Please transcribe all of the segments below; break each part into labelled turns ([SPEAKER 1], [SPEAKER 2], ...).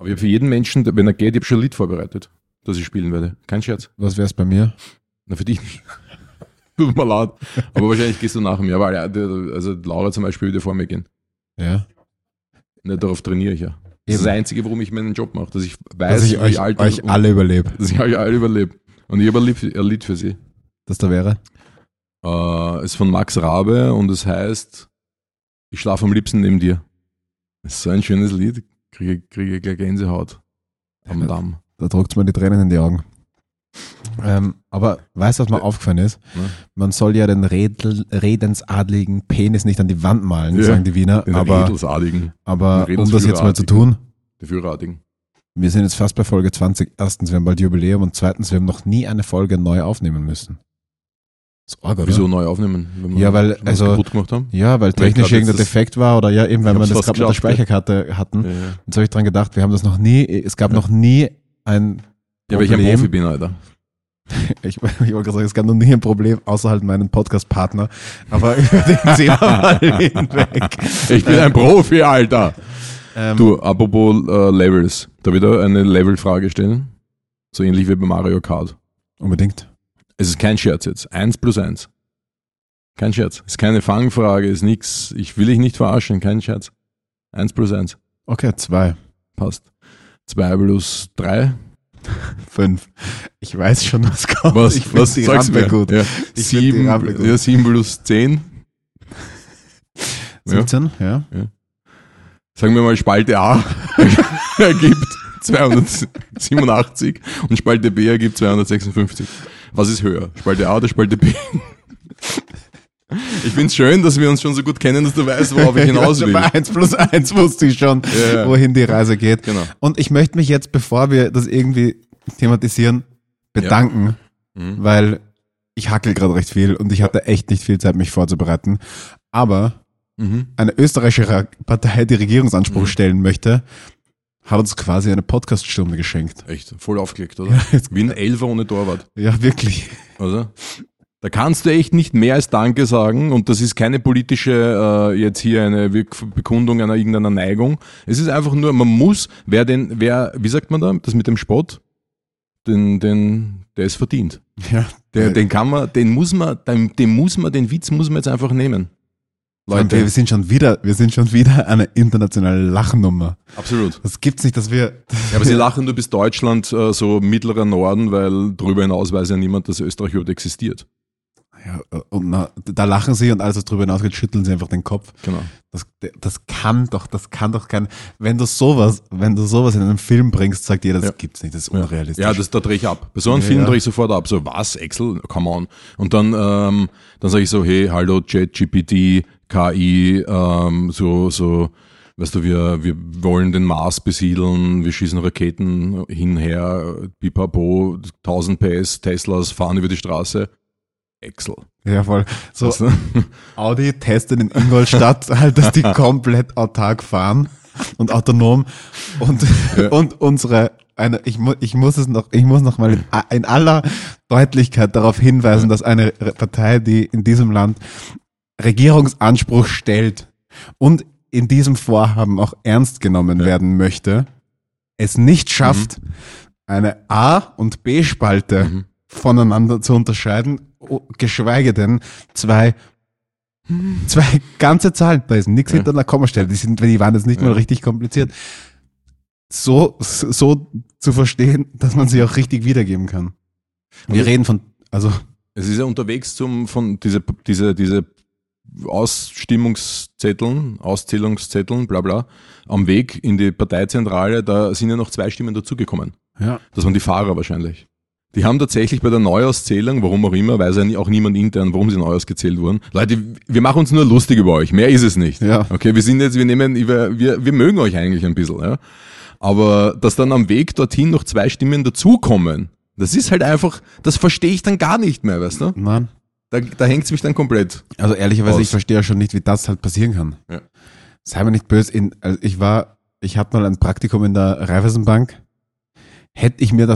[SPEAKER 1] Aber ich habe für jeden Menschen, wenn er geht, ich habe schon ein Lied vorbereitet, das ich spielen werde. Kein Scherz.
[SPEAKER 2] Was wär's bei mir?
[SPEAKER 1] Na, für dich nicht. Tut mir leid. Aber wahrscheinlich gehst du nach mir. Aber also Laura zum Beispiel würde vor mir gehen.
[SPEAKER 2] Ja.
[SPEAKER 1] Nicht darauf trainiere ich ja. Das ist das Einzige, warum ich meinen Job mache. Dass ich weiß,
[SPEAKER 2] dass ich euch alle überlebe.
[SPEAKER 1] Dass ich euch alle überlebe. Und ich habe ein Lied für sie.
[SPEAKER 2] Das da wäre?
[SPEAKER 1] Ist von Max Rabe und es heißt Ich schlafe am liebsten neben dir. Das ist so ein schönes Lied. Kriege gleich Gänsehaut am Damm.
[SPEAKER 2] Da druckt mir die Tränen in die Augen. Aber weißt du, was mir aufgefallen ist?
[SPEAKER 1] Ja.
[SPEAKER 2] Man soll ja den redensadligen Penis nicht an die Wand malen, sagen die Wiener.
[SPEAKER 1] Den
[SPEAKER 2] aber um das jetzt mal zu tun,
[SPEAKER 1] die Führerartigen.
[SPEAKER 2] wir sind jetzt fast bei Folge 20. Erstens, wir haben bald Jubiläum und zweitens, wir haben noch nie eine Folge neu aufnehmen müssen. Das ist arg, oder?
[SPEAKER 1] Wieso neu aufnehmen? Wenn
[SPEAKER 2] Ja, weil,
[SPEAKER 1] wenn wir es kaputt gemacht haben?
[SPEAKER 2] Ja, weil technisch irgendein Defekt war oder ja, eben, weil wir das gerade mit der Speicherkarte hatten.
[SPEAKER 1] Ja.
[SPEAKER 2] Jetzt habe ich dran gedacht, wir haben das noch nie, es gab noch nie ein Problem.
[SPEAKER 1] Ja, weil ich ein Profi bin, Alter.
[SPEAKER 2] Ich wollte gerade sagen, es gab noch nie ein Problem, außer halt meinen Podcast-Partner. Aber über den sehen wir mal hinweg.
[SPEAKER 1] Ich bin ein Profi, Alter. Du, apropos Levels. Da wieder eine Level-Frage stellen. So ähnlich wie bei Mario Kart.
[SPEAKER 2] Unbedingt.
[SPEAKER 1] Es ist kein Scherz jetzt. 1 plus 1. Kein Scherz. Es ist keine Fangfrage, ist nix. Ich will dich nicht verarschen, kein Scherz. 1 plus 1.
[SPEAKER 2] Okay, 2.
[SPEAKER 1] Passt. 2 plus 3.
[SPEAKER 2] 5. Ich weiß schon, was kommt.
[SPEAKER 1] Was
[SPEAKER 2] die
[SPEAKER 1] sagst du
[SPEAKER 2] Rampe
[SPEAKER 1] mir?
[SPEAKER 2] gut.
[SPEAKER 1] Ja.
[SPEAKER 2] Ich find die
[SPEAKER 1] 7,
[SPEAKER 2] Rampe gut.
[SPEAKER 1] ja, 7 plus 10.
[SPEAKER 2] 17, ja.
[SPEAKER 1] Sagen wir mal, Spalte A ergibt 287 und Spalte B ergibt 256. Was ist höher? Spalte A oder Spalte B? Ich find's schön, dass wir uns schon so gut kennen, dass du weißt, worauf ich hinaus will.
[SPEAKER 2] Bei 1 plus 1 wusste ich schon, wohin die Reise geht.
[SPEAKER 1] Genau.
[SPEAKER 2] Und ich möchte mich jetzt, bevor wir das irgendwie thematisieren, bedanken, weil ich hackel gerade recht viel und ich hatte echt nicht viel Zeit, mich vorzubereiten. Aber eine österreichische Partei, die Regierungsanspruch stellen möchte, hat uns quasi eine Podcast-Stunde geschenkt.
[SPEAKER 1] Echt, voll aufgelegt, oder? Wie ein Elfer ohne Torwart.
[SPEAKER 2] Ja, wirklich.
[SPEAKER 1] Also, da kannst du echt nicht mehr als Danke sagen und das ist keine politische, jetzt hier eine Bekundung einer irgendeiner Neigung. Es ist einfach nur, man muss, wie sagt man da, das mit dem Spott? Der ist verdient.
[SPEAKER 2] Ja.
[SPEAKER 1] Den Witz muss man jetzt einfach nehmen.
[SPEAKER 2] Leute, wir sind schon wieder eine internationale Lachnummer.
[SPEAKER 1] Absolut.
[SPEAKER 2] Das gibt's nicht, dass wir...
[SPEAKER 1] Ja, aber sie lachen nur bis Deutschland, so mittlerer Norden, weil darüber hinaus weiß ja niemand, dass Österreich überhaupt existiert.
[SPEAKER 2] Ja, und da lachen sie und alles, was darüber hinausgeht, schütteln sie einfach den Kopf.
[SPEAKER 1] Genau.
[SPEAKER 2] Das kann doch kein, wenn du sowas in einem Film bringst, sagt jeder, das gibt's nicht, das ist unrealistisch.
[SPEAKER 1] Ja, da drehe ich ab. Bei so einem Film drehe ich sofort ab. So, was, Excel? Come on. Und dann sage ich so, hey, hallo, ChatGPT, KI, weißt du, wir wollen den Mars besiedeln, wir schießen Raketen hinher, pipapo, 1000 PS, Teslas fahren über die Straße. Excel.
[SPEAKER 2] Ja, voll. So, Audi testet in Ingolstadt halt, dass die komplett autark fahren und autonom und unsere, ich muss noch mal in aller Deutlichkeit darauf hinweisen, dass eine Partei, die in diesem Land Regierungsanspruch stellt und in diesem Vorhaben auch ernst genommen werden möchte, es nicht schafft, eine A- und B-Spalte voneinander zu unterscheiden, geschweige denn zwei ganze Zahlen, da ist nichts hinter einer Kommastelle, die waren jetzt nicht mal richtig kompliziert. So zu verstehen, dass man sie auch richtig wiedergeben kann. Wir reden es
[SPEAKER 1] ist ja unterwegs von diese Auszählungszetteln, bla bla, am Weg in die Parteizentrale, da sind ja noch 2 Stimmen dazugekommen.
[SPEAKER 2] Ja.
[SPEAKER 1] Das waren die Fahrer wahrscheinlich. Die haben tatsächlich bei der Neuauszählung, warum auch immer, weiß ja auch niemand intern, warum sie neu ausgezählt wurden. Leute, wir machen uns nur lustig über euch. Mehr ist es nicht.
[SPEAKER 2] Ja.
[SPEAKER 1] Okay, wir mögen euch eigentlich ein bisschen, ja. Aber dass dann am Weg dorthin noch 2 Stimmen dazukommen, das ist halt einfach, das verstehe ich dann gar nicht mehr, weißt du?
[SPEAKER 2] Nein.
[SPEAKER 1] Da hängt's mich dann komplett.
[SPEAKER 2] Also ehrlicherweise, ich verstehe ja schon nicht, wie das halt passieren kann.
[SPEAKER 1] Ja.
[SPEAKER 2] Sei mir nicht böse, ich hatte mal ein Praktikum in der Raiffeisenbank. Hätte ich mir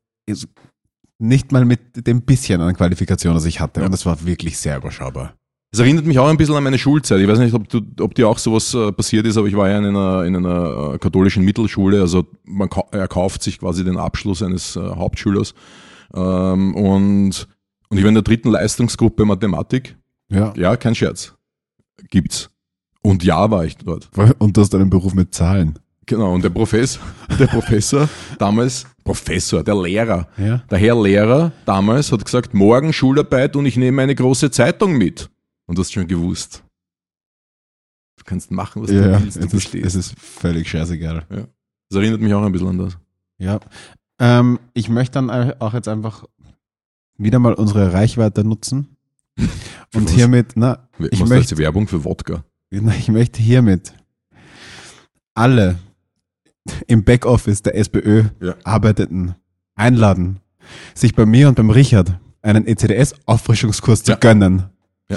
[SPEAKER 2] nicht mal mit dem bisschen an Qualifikation, das ich hatte. Und das war wirklich sehr überschaubar.
[SPEAKER 1] Es erinnert mich auch ein bisschen an meine Schulzeit. Ich weiß nicht, ob dir auch sowas passiert ist, aber ich war ja in einer katholischen Mittelschule. Also man erkauft sich quasi den Abschluss eines Hauptschülers. Und ich war in der 3. Leistungsgruppe Mathematik.
[SPEAKER 2] Ja.
[SPEAKER 1] Ja, kein Scherz. Gibt's. Und ja, war ich dort.
[SPEAKER 2] Und du hast einen Beruf mit Zahlen.
[SPEAKER 1] Genau, und der Professor damals, der Lehrer,
[SPEAKER 2] Ja.
[SPEAKER 1] der Herr Lehrer damals hat gesagt, morgen Schularbeit und ich nehme eine große Zeitung mit. Und du hast schon gewusst. Du kannst machen, was du willst, du bestehst.
[SPEAKER 2] Es ist völlig scheißegal.
[SPEAKER 1] Ja. Das erinnert mich auch ein bisschen an das.
[SPEAKER 2] Ja. Ich möchte dann auch jetzt einfach wieder mal unsere Reichweite nutzen. Und
[SPEAKER 1] was?
[SPEAKER 2] hiermit,
[SPEAKER 1] Ich möchte Werbung für Wodka.
[SPEAKER 2] Ich möchte hiermit alle im Backoffice der SPÖ Arbeitenden einladen, sich bei mir und beim Richard einen ECDS-Auffrischungskurs zu gönnen.
[SPEAKER 1] Ja.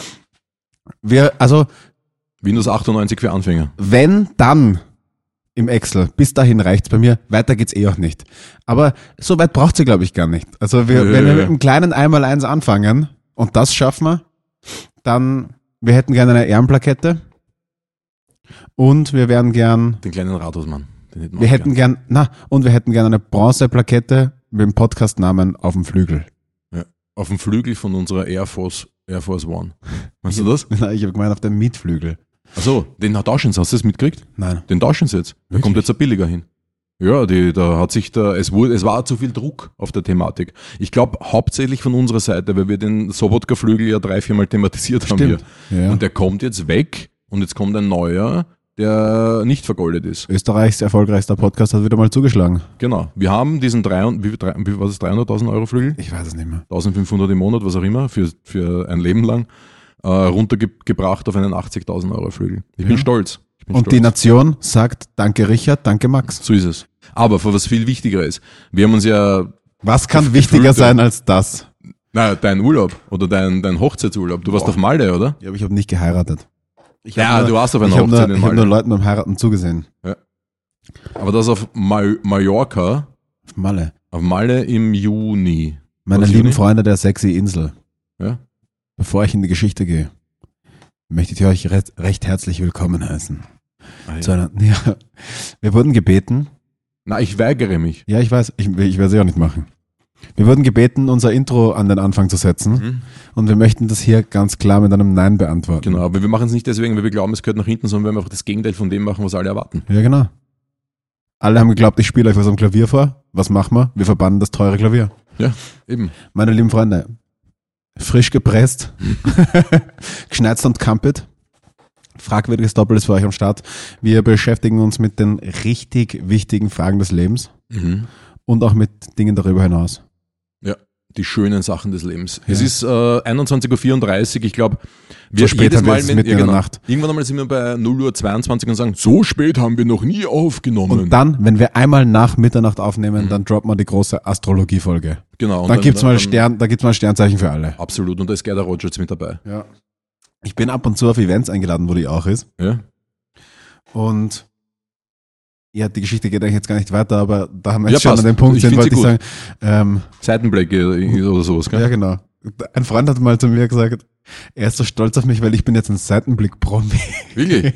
[SPEAKER 2] Windows
[SPEAKER 1] 98 für Anfänger.
[SPEAKER 2] Wenn, dann im Excel. Bis dahin reicht's bei mir. Weiter geht's auch nicht. Aber so weit braucht sie, glaube ich, gar nicht. Also wenn wir mit einem kleinen 1x1 anfangen und das schaffen wir, dann, wir hätten gerne eine Ehrenplakette und wir wären gern...
[SPEAKER 1] Den kleinen Rathausmann.
[SPEAKER 2] Wir hätten gern eine Bronzeplakette mit dem Podcastnamen auf dem Flügel.
[SPEAKER 1] Ja, auf dem Flügel von unserer Air Force One. Meinst du das?
[SPEAKER 2] Nein, ich habe gemeint auf dem Mietflügel.
[SPEAKER 1] Achso, den tauschen sie. Hast du das mitgekriegt?
[SPEAKER 2] Nein.
[SPEAKER 1] Den tauschen sie jetzt. Da kommt jetzt ein billiger hin. Ja, es war zu viel Druck auf der Thematik. Ich glaube, hauptsächlich von unserer Seite, weil wir den Sobotka-Flügel ja 3-4 Mal thematisiert haben hier.
[SPEAKER 2] Ja.
[SPEAKER 1] Und der kommt jetzt weg und jetzt kommt ein neuer, der nicht vergoldet ist.
[SPEAKER 2] Österreichs erfolgreichster Podcast hat wieder mal zugeschlagen.
[SPEAKER 1] Genau. Wir haben diesen 300.000 Euro Flügel?
[SPEAKER 2] Ich weiß es nicht mehr.
[SPEAKER 1] 1500 im Monat, was auch immer, für ein Leben lang, runtergebracht auf einen 80.000 Euro Flügel. Ich bin stolz.
[SPEAKER 2] Die Nation sagt, danke Richard, danke Max.
[SPEAKER 1] So ist es. Aber für was viel wichtiger ist, wir haben uns ja...
[SPEAKER 2] Was kann wichtiger sein als das?
[SPEAKER 1] Na, dein Urlaub oder dein Hochzeitsurlaub. Du warst auf Malte, oder?
[SPEAKER 2] Ja, aber ich habe nicht geheiratet.
[SPEAKER 1] Du warst auf einer Hochzeit in Malte.
[SPEAKER 2] Ich habe nur Leuten beim Heiraten zugesehen.
[SPEAKER 1] Ja. Aber das auf Mallorca.
[SPEAKER 2] Auf Malle.
[SPEAKER 1] Auf Malle im Juni.
[SPEAKER 2] Meine lieben Freunde der sexy Insel.
[SPEAKER 1] Ja.
[SPEAKER 2] Bevor ich in die Geschichte gehe, möchte ich euch recht herzlich willkommen heißen. Wir wurden gebeten.
[SPEAKER 1] Na, ich weigere mich.
[SPEAKER 2] Ja, ich weiß, ich werde sie auch nicht machen. Wir wurden gebeten, unser Intro an den Anfang zu setzen und wir möchten das hier ganz klar mit einem Nein beantworten.
[SPEAKER 1] Genau, aber wir machen es nicht deswegen, weil wir glauben, es gehört nach hinten, sondern weil wir einfach das Gegenteil von dem machen, was alle erwarten.
[SPEAKER 2] Ja, genau. Alle haben geglaubt, ich spiele euch was am Klavier vor. Was machen wir? Wir verbannen das teure Klavier.
[SPEAKER 1] Ja, eben.
[SPEAKER 2] Meine lieben Freunde, frisch gepresst, geschneizt und kampet. Fragwürdiges Doppel ist für euch am Start. Wir beschäftigen uns mit den richtig wichtigen Fragen des Lebens und auch mit Dingen darüber hinaus.
[SPEAKER 1] Ja, die schönen Sachen des Lebens. Ja. Es ist 21.34 Uhr. Ich glaube, wir
[SPEAKER 2] so jedes Mal mitten in der Nacht.
[SPEAKER 1] Irgendwann einmal sind wir bei 0.22 Uhr und sagen, so spät haben wir noch nie aufgenommen.
[SPEAKER 2] Und dann, wenn wir einmal nach Mitternacht aufnehmen, dann droppen wir die große Astrologie-Folge.
[SPEAKER 1] Genau. Und
[SPEAKER 2] dann gibt's mal Sternzeichen für alle.
[SPEAKER 1] Absolut. Und da ist Gerda Rogers mit dabei.
[SPEAKER 2] Ja. Ich bin ab und zu auf Events eingeladen, wo die auch ist.
[SPEAKER 1] Ja.
[SPEAKER 2] Und ja, die Geschichte geht eigentlich jetzt gar nicht weiter, aber da haben wir jetzt schon an den Punkt sind, wollte ich sagen.
[SPEAKER 1] Seitenblicke oder sowas, gell?
[SPEAKER 2] Ja, genau. Ein Freund hat mal zu mir gesagt, er ist so stolz auf mich, weil ich bin jetzt ein Seitenblick-Promi.
[SPEAKER 1] Wirklich?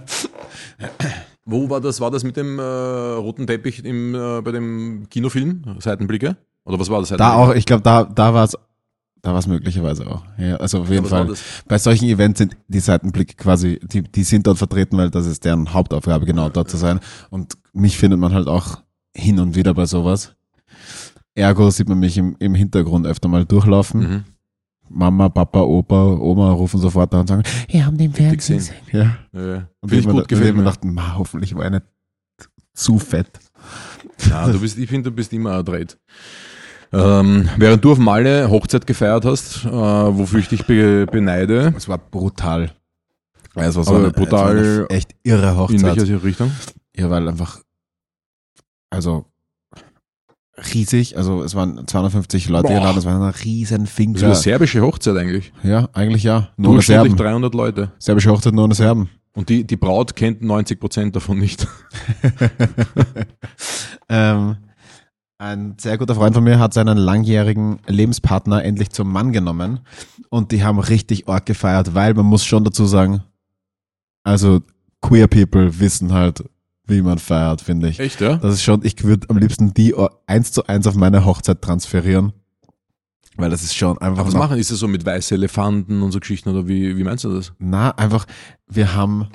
[SPEAKER 1] Wo war das? War das mit dem roten Teppich bei dem Kinofilm? Seitenblicke? Oder was war das?
[SPEAKER 2] Da auch, ich glaube, da war es möglicherweise auch. Ja, also auf jeden Fall. Bei solchen Events sind die Seitenblicke quasi, die sind dort vertreten, weil das ist deren Hauptaufgabe, genau dort zu sein. Und mich findet man halt auch hin und wieder bei sowas. Ergo sieht man mich im Hintergrund öfter mal durchlaufen. Mama, Papa, Opa, Oma rufen sofort da und sagen, wir haben den Fernsehen gesehen. Ja. Und
[SPEAKER 1] Finde ich gut, gefällt mir.
[SPEAKER 2] Dachte, hoffentlich war er nicht zu fett.
[SPEAKER 1] Ja, ich finde, du bist immer adrett. Während du auf Malle Hochzeit gefeiert hast, wofür ich dich beneide.
[SPEAKER 2] Es war brutal.
[SPEAKER 1] Ja, es war so brutal.
[SPEAKER 2] Es war eine echt irre Hochzeit.
[SPEAKER 1] In welcher Richtung?
[SPEAKER 2] Ja, weil einfach, also riesig, also es waren 250 Leute geladen, es war eine riesen Finger.
[SPEAKER 1] Das war eine serbische Hochzeit eigentlich.
[SPEAKER 2] Ja, eigentlich ja. Nur
[SPEAKER 1] durchschnittlich 300 Leute.
[SPEAKER 2] Serbische Hochzeit nur ohne Serben.
[SPEAKER 1] Und die Braut kennt 90% davon nicht.
[SPEAKER 2] Ein sehr guter Freund von mir hat seinen langjährigen Lebenspartner endlich zum Mann genommen und die haben richtig arg gefeiert, weil man muss schon dazu sagen, also queer people wissen halt, wie man feiert, finde ich.
[SPEAKER 1] Echt, ja?
[SPEAKER 2] Das ist schon, ich würde am liebsten die 1:1 auf meine Hochzeit transferieren, weil das ist schon einfach...
[SPEAKER 1] Aber was machen? Ist das so mit weißen Elefanten und so Geschichten oder wie meinst du das?
[SPEAKER 2] Na, einfach, wir haben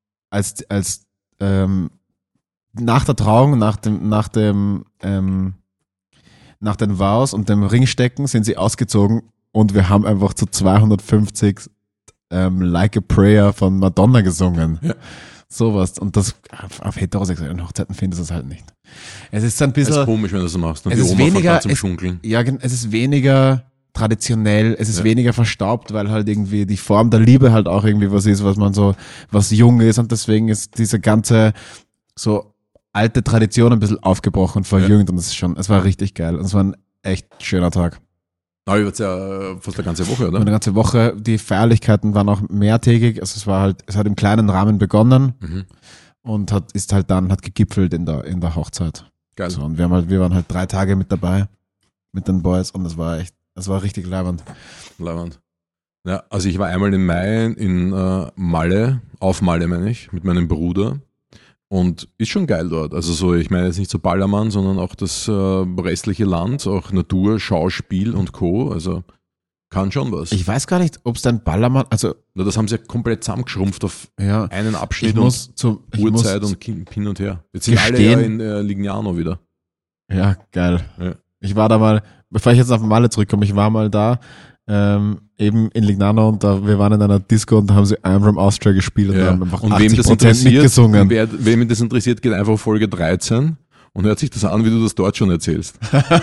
[SPEAKER 2] nach der Trauung, nach den Vows und dem Ringstecken sind sie ausgezogen und wir haben einfach zu 250 Like a Prayer von Madonna gesungen. Ja. Sowas. Und das auf heterosexuellen Hochzeiten findest du es halt nicht. Es ist ein bisschen...
[SPEAKER 1] Es ist komisch, wenn du das so machst. Und
[SPEAKER 2] es
[SPEAKER 1] die
[SPEAKER 2] ist
[SPEAKER 1] Oma
[SPEAKER 2] weniger,
[SPEAKER 1] zum Schunkeln.
[SPEAKER 2] Ja, es ist weniger traditionell, es ist weniger verstaubt, weil halt irgendwie die Form der Liebe halt auch irgendwie was ist, was jung ist und deswegen ist diese ganze so alte Tradition ein bisschen aufgebrochen und verjüngt und es war richtig geil und es war ein echt schöner Tag.
[SPEAKER 1] Aber jetzt ja fast eine ganze Woche, oder?
[SPEAKER 2] Eine ganze Woche, die Feierlichkeiten waren auch mehrtägig, also es hat im kleinen Rahmen begonnen und hat gegipfelt in der Hochzeit.
[SPEAKER 1] Geil.
[SPEAKER 2] So, und wir waren halt 3 Tage mit dabei, mit den Boys und es war richtig leibend.
[SPEAKER 1] Leibend. Ja, also ich war einmal im Mai in Malle, auf Malle meine ich, mit meinem Bruder. Und ist schon geil dort. Also so, ich meine jetzt nicht so Ballermann, sondern auch das restliche Land, auch Natur, Schauspiel und Co. Also kann schon was.
[SPEAKER 2] Ich weiß gar nicht, ob es dann Ballermann, also...
[SPEAKER 1] Na, das haben sie ja komplett zusammengeschrumpft auf einen Abschnitt und Uhrzeit und hin und her. Jetzt sind alle ja in Lignano wieder.
[SPEAKER 2] Ja, geil.
[SPEAKER 1] Ja.
[SPEAKER 2] Ich war da mal, bevor ich jetzt auf Malle zurückkomme, ich war mal da, eben in Lignano und wir waren in einer Disco und da haben sie I'm from Austria gespielt und haben einfach 80% mitgesungen.
[SPEAKER 1] Wem das interessiert, geht einfach auf Folge 13 und hört sich das an, wie du das dort schon erzählst.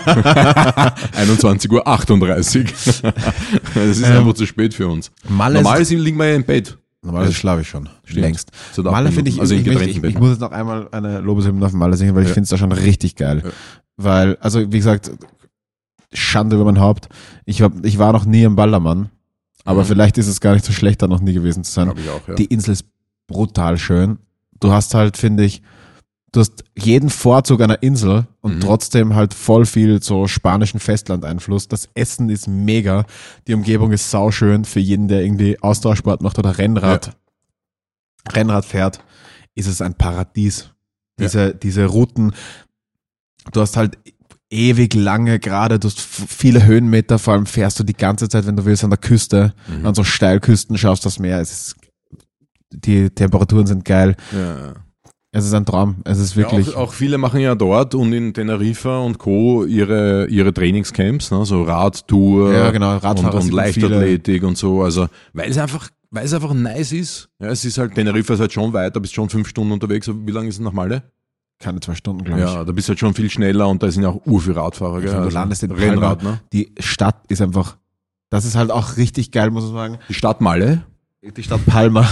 [SPEAKER 1] 21:38 Uhr. Das ist einfach zu spät für uns. Normal liegen wir ja im Bett.
[SPEAKER 2] Normalerweise schlafe ich schon.
[SPEAKER 1] Stimmt.
[SPEAKER 2] Längst.
[SPEAKER 1] So
[SPEAKER 2] Malle finde ich,
[SPEAKER 1] also
[SPEAKER 2] ich muss jetzt noch einmal eine Lobeshymne auf Malle singen, weil ich finde es da schon richtig geil. Ja. Weil, also wie gesagt, Schande über mein Haupt. Ich war noch nie im Ballermann, aber vielleicht ist es gar nicht so schlecht, da noch nie gewesen zu sein.
[SPEAKER 1] Ich auch, ja.
[SPEAKER 2] Die Insel ist brutal schön. Du hast halt, finde ich, du hast jeden Vorzug einer Insel und trotzdem halt voll viel so spanischen Festlandeinfluss. Das Essen ist mega. Die Umgebung ist sauschön für jeden, der irgendwie Ausdauersport macht oder Rennrad fährt. Ist es ein Paradies. Diese Routen. Du hast halt ewig lange gerade, du hast viele Höhenmeter, vor allem fährst du die ganze Zeit, wenn du willst, an der Küste, an so Steilküsten, schaust das Meer, die Temperaturen sind geil.
[SPEAKER 1] Ja.
[SPEAKER 2] Es ist ein Traum, es ist wirklich...
[SPEAKER 1] Ja, auch viele machen ja dort und in Teneriffa und Co. ihre Trainingscamps, ne, so Radtour
[SPEAKER 2] Radfahrer
[SPEAKER 1] und Leichtathletik und so, also weil es einfach nice ist. Ja, es ist halt, Teneriffa ist halt schon weiter, bist schon 5 Stunden unterwegs, wie lange ist es nach Malle?
[SPEAKER 2] Keine 2 Stunden, glaube ich.
[SPEAKER 1] Ja, da bist du halt schon viel schneller und da sind ja auch viele Radfahrer. Gell?
[SPEAKER 2] Du landest in
[SPEAKER 1] Rennrad,
[SPEAKER 2] Palma.
[SPEAKER 1] Ne?
[SPEAKER 2] Die Stadt ist einfach, das ist halt auch richtig geil, muss man sagen.
[SPEAKER 1] Die Stadt Malle?
[SPEAKER 2] Die Stadt Palma.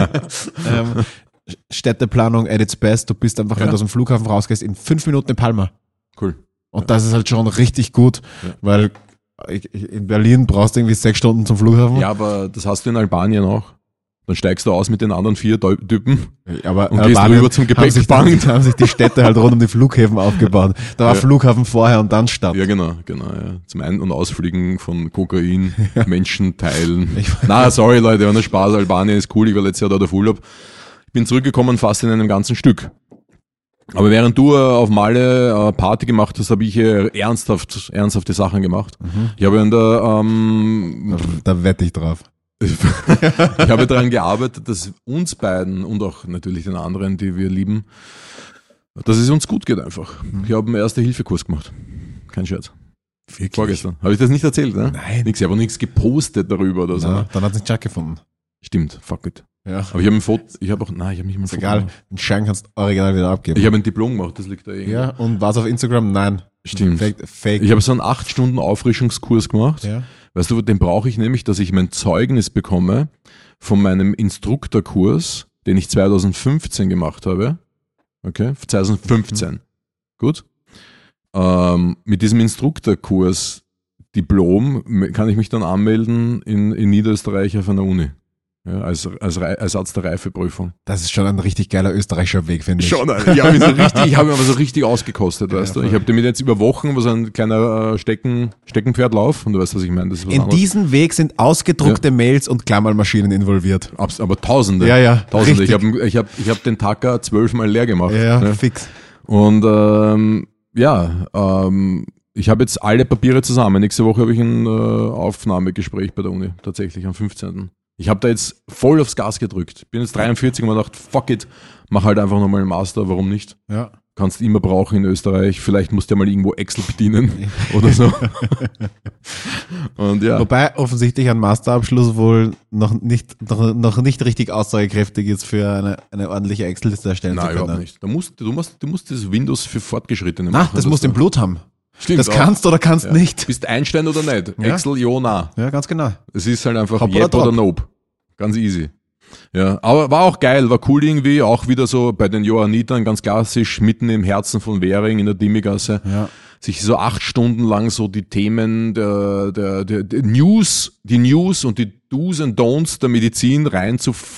[SPEAKER 2] Städteplanung at its best. Du bist einfach, wenn du aus dem Flughafen rausgehst, in 5 Minuten in Palma.
[SPEAKER 1] Cool.
[SPEAKER 2] Und das ist halt schon richtig gut, weil in Berlin brauchst du irgendwie 6 Stunden zum Flughafen.
[SPEAKER 1] Ja, aber das hast du in Albanien auch. Dann steigst du aus mit den anderen 4 Typen
[SPEAKER 2] aber
[SPEAKER 1] und gehst rüber zum Gepäckbank.
[SPEAKER 2] Haben sich die Städte halt rund um die Flughäfen aufgebaut. Da war Flughafen vorher und dann Stadt.
[SPEAKER 1] Ja, genau. Ja. Zum Ein- und Ausfliegen von Kokain, Menschen teilen. Sorry Leute, ohne Spaß, Albanien ist cool, ich war letztes Jahr dort auf Urlaub. Ich bin zurückgekommen fast in einem ganzen Stück. Aber während du auf Malle Party gemacht hast, habe ich ernsthafte Sachen gemacht. Ich habe in der...
[SPEAKER 2] da wette ich drauf.
[SPEAKER 1] Ich habe daran gearbeitet, dass uns beiden und auch natürlich den anderen, die wir lieben, dass es uns gut geht einfach. Ich habe einen Erste-Hilfe-Kurs gemacht. Kein Scherz.
[SPEAKER 2] Wirklich?
[SPEAKER 1] Vorgestern. Habe ich das nicht erzählt, ne?
[SPEAKER 2] Nein.
[SPEAKER 1] Ich habe auch nichts gepostet darüber oder so.
[SPEAKER 2] Ja, dann hat es einen Jack gefunden.
[SPEAKER 1] Stimmt, fuck it.
[SPEAKER 2] Ja.
[SPEAKER 1] Aber ich habe ein Foto, ich habe nicht mal ein Foto
[SPEAKER 2] egal,
[SPEAKER 1] gemacht.
[SPEAKER 2] den Schein kannst du original wieder abgeben.
[SPEAKER 1] Ich habe ein Diplom gemacht, das liegt da irgendwie.
[SPEAKER 2] Ja, und war's auf Instagram? Nein.
[SPEAKER 1] Stimmt.
[SPEAKER 2] Fake.
[SPEAKER 1] Ich habe so einen 8 Stunden Auffrischungskurs gemacht.
[SPEAKER 2] Ja.
[SPEAKER 1] Weißt du, den brauche ich nämlich, dass ich mein Zeugnis bekomme von meinem Instruktorkurs, den ich 2015 gemacht habe. Okay, 2015. Gut. Mit diesem Instruktorkurs Diplom kann ich mich dann anmelden in Niederösterreich auf einer Uni. Ja, als Ersatz der Reifeprüfung.
[SPEAKER 2] Das ist schon ein richtig geiler österreichischer Weg, finde ich.
[SPEAKER 1] Schon, ich habe ihn aber so richtig ausgekostet, weißt du.
[SPEAKER 2] Voll.
[SPEAKER 1] Ich habe damit jetzt über Wochen, was ein kleiner Steckenpferdlauf, und du weißt, was ich meine. Das ist was
[SPEAKER 2] In
[SPEAKER 1] anderes.
[SPEAKER 2] diesen Weg sind ausgedruckte Mails und Klammermaschinen involviert.
[SPEAKER 1] Aber Tausende.
[SPEAKER 2] Ja,
[SPEAKER 1] Tausende.
[SPEAKER 2] richtig.
[SPEAKER 1] Ich hab den Tacker 12-mal leer gemacht.
[SPEAKER 2] Ja,
[SPEAKER 1] ne?
[SPEAKER 2] fix.
[SPEAKER 1] Und ich habe jetzt alle Papiere zusammen. Nächste Woche habe ich ein Aufnahmegespräch bei der Uni, tatsächlich am 15. Ich habe da jetzt voll aufs Gas gedrückt. Bin jetzt 43 und mir gedacht, fuck it, mach halt einfach nochmal einen Master, warum nicht?
[SPEAKER 2] Ja.
[SPEAKER 1] Kannst immer brauchen in Österreich, vielleicht musst du ja mal irgendwo Excel bedienen oder so. Und ja.
[SPEAKER 2] Wobei offensichtlich ein Masterabschluss wohl noch nicht richtig aussagekräftig ist für eine ordentliche Excel-Liste erstellen zu
[SPEAKER 1] Nein,
[SPEAKER 2] können.
[SPEAKER 1] überhaupt nicht. Du musst das Windows für Fortgeschrittene
[SPEAKER 2] Na,
[SPEAKER 1] machen.
[SPEAKER 2] das musst du im Blut haben.
[SPEAKER 1] Stimmt,
[SPEAKER 2] Das
[SPEAKER 1] auch.
[SPEAKER 2] kannst oder kannst nicht.
[SPEAKER 1] Bist Einstein oder nicht?
[SPEAKER 2] Ja.
[SPEAKER 1] Excel, ja, na.
[SPEAKER 2] Ja, ganz genau.
[SPEAKER 1] Es ist halt einfach
[SPEAKER 2] Hopp oder
[SPEAKER 1] Yep oder
[SPEAKER 2] Drop.
[SPEAKER 1] Nope. Ganz easy. Ja, aber war auch geil, war cool irgendwie, auch wieder so bei den Johannitern, ganz klassisch, mitten im Herzen von Währing in der Dimmigasse.
[SPEAKER 2] Ja.
[SPEAKER 1] Sich so 8 Stunden lang so die Themen der News und die Do's and Don'ts der Medizin rein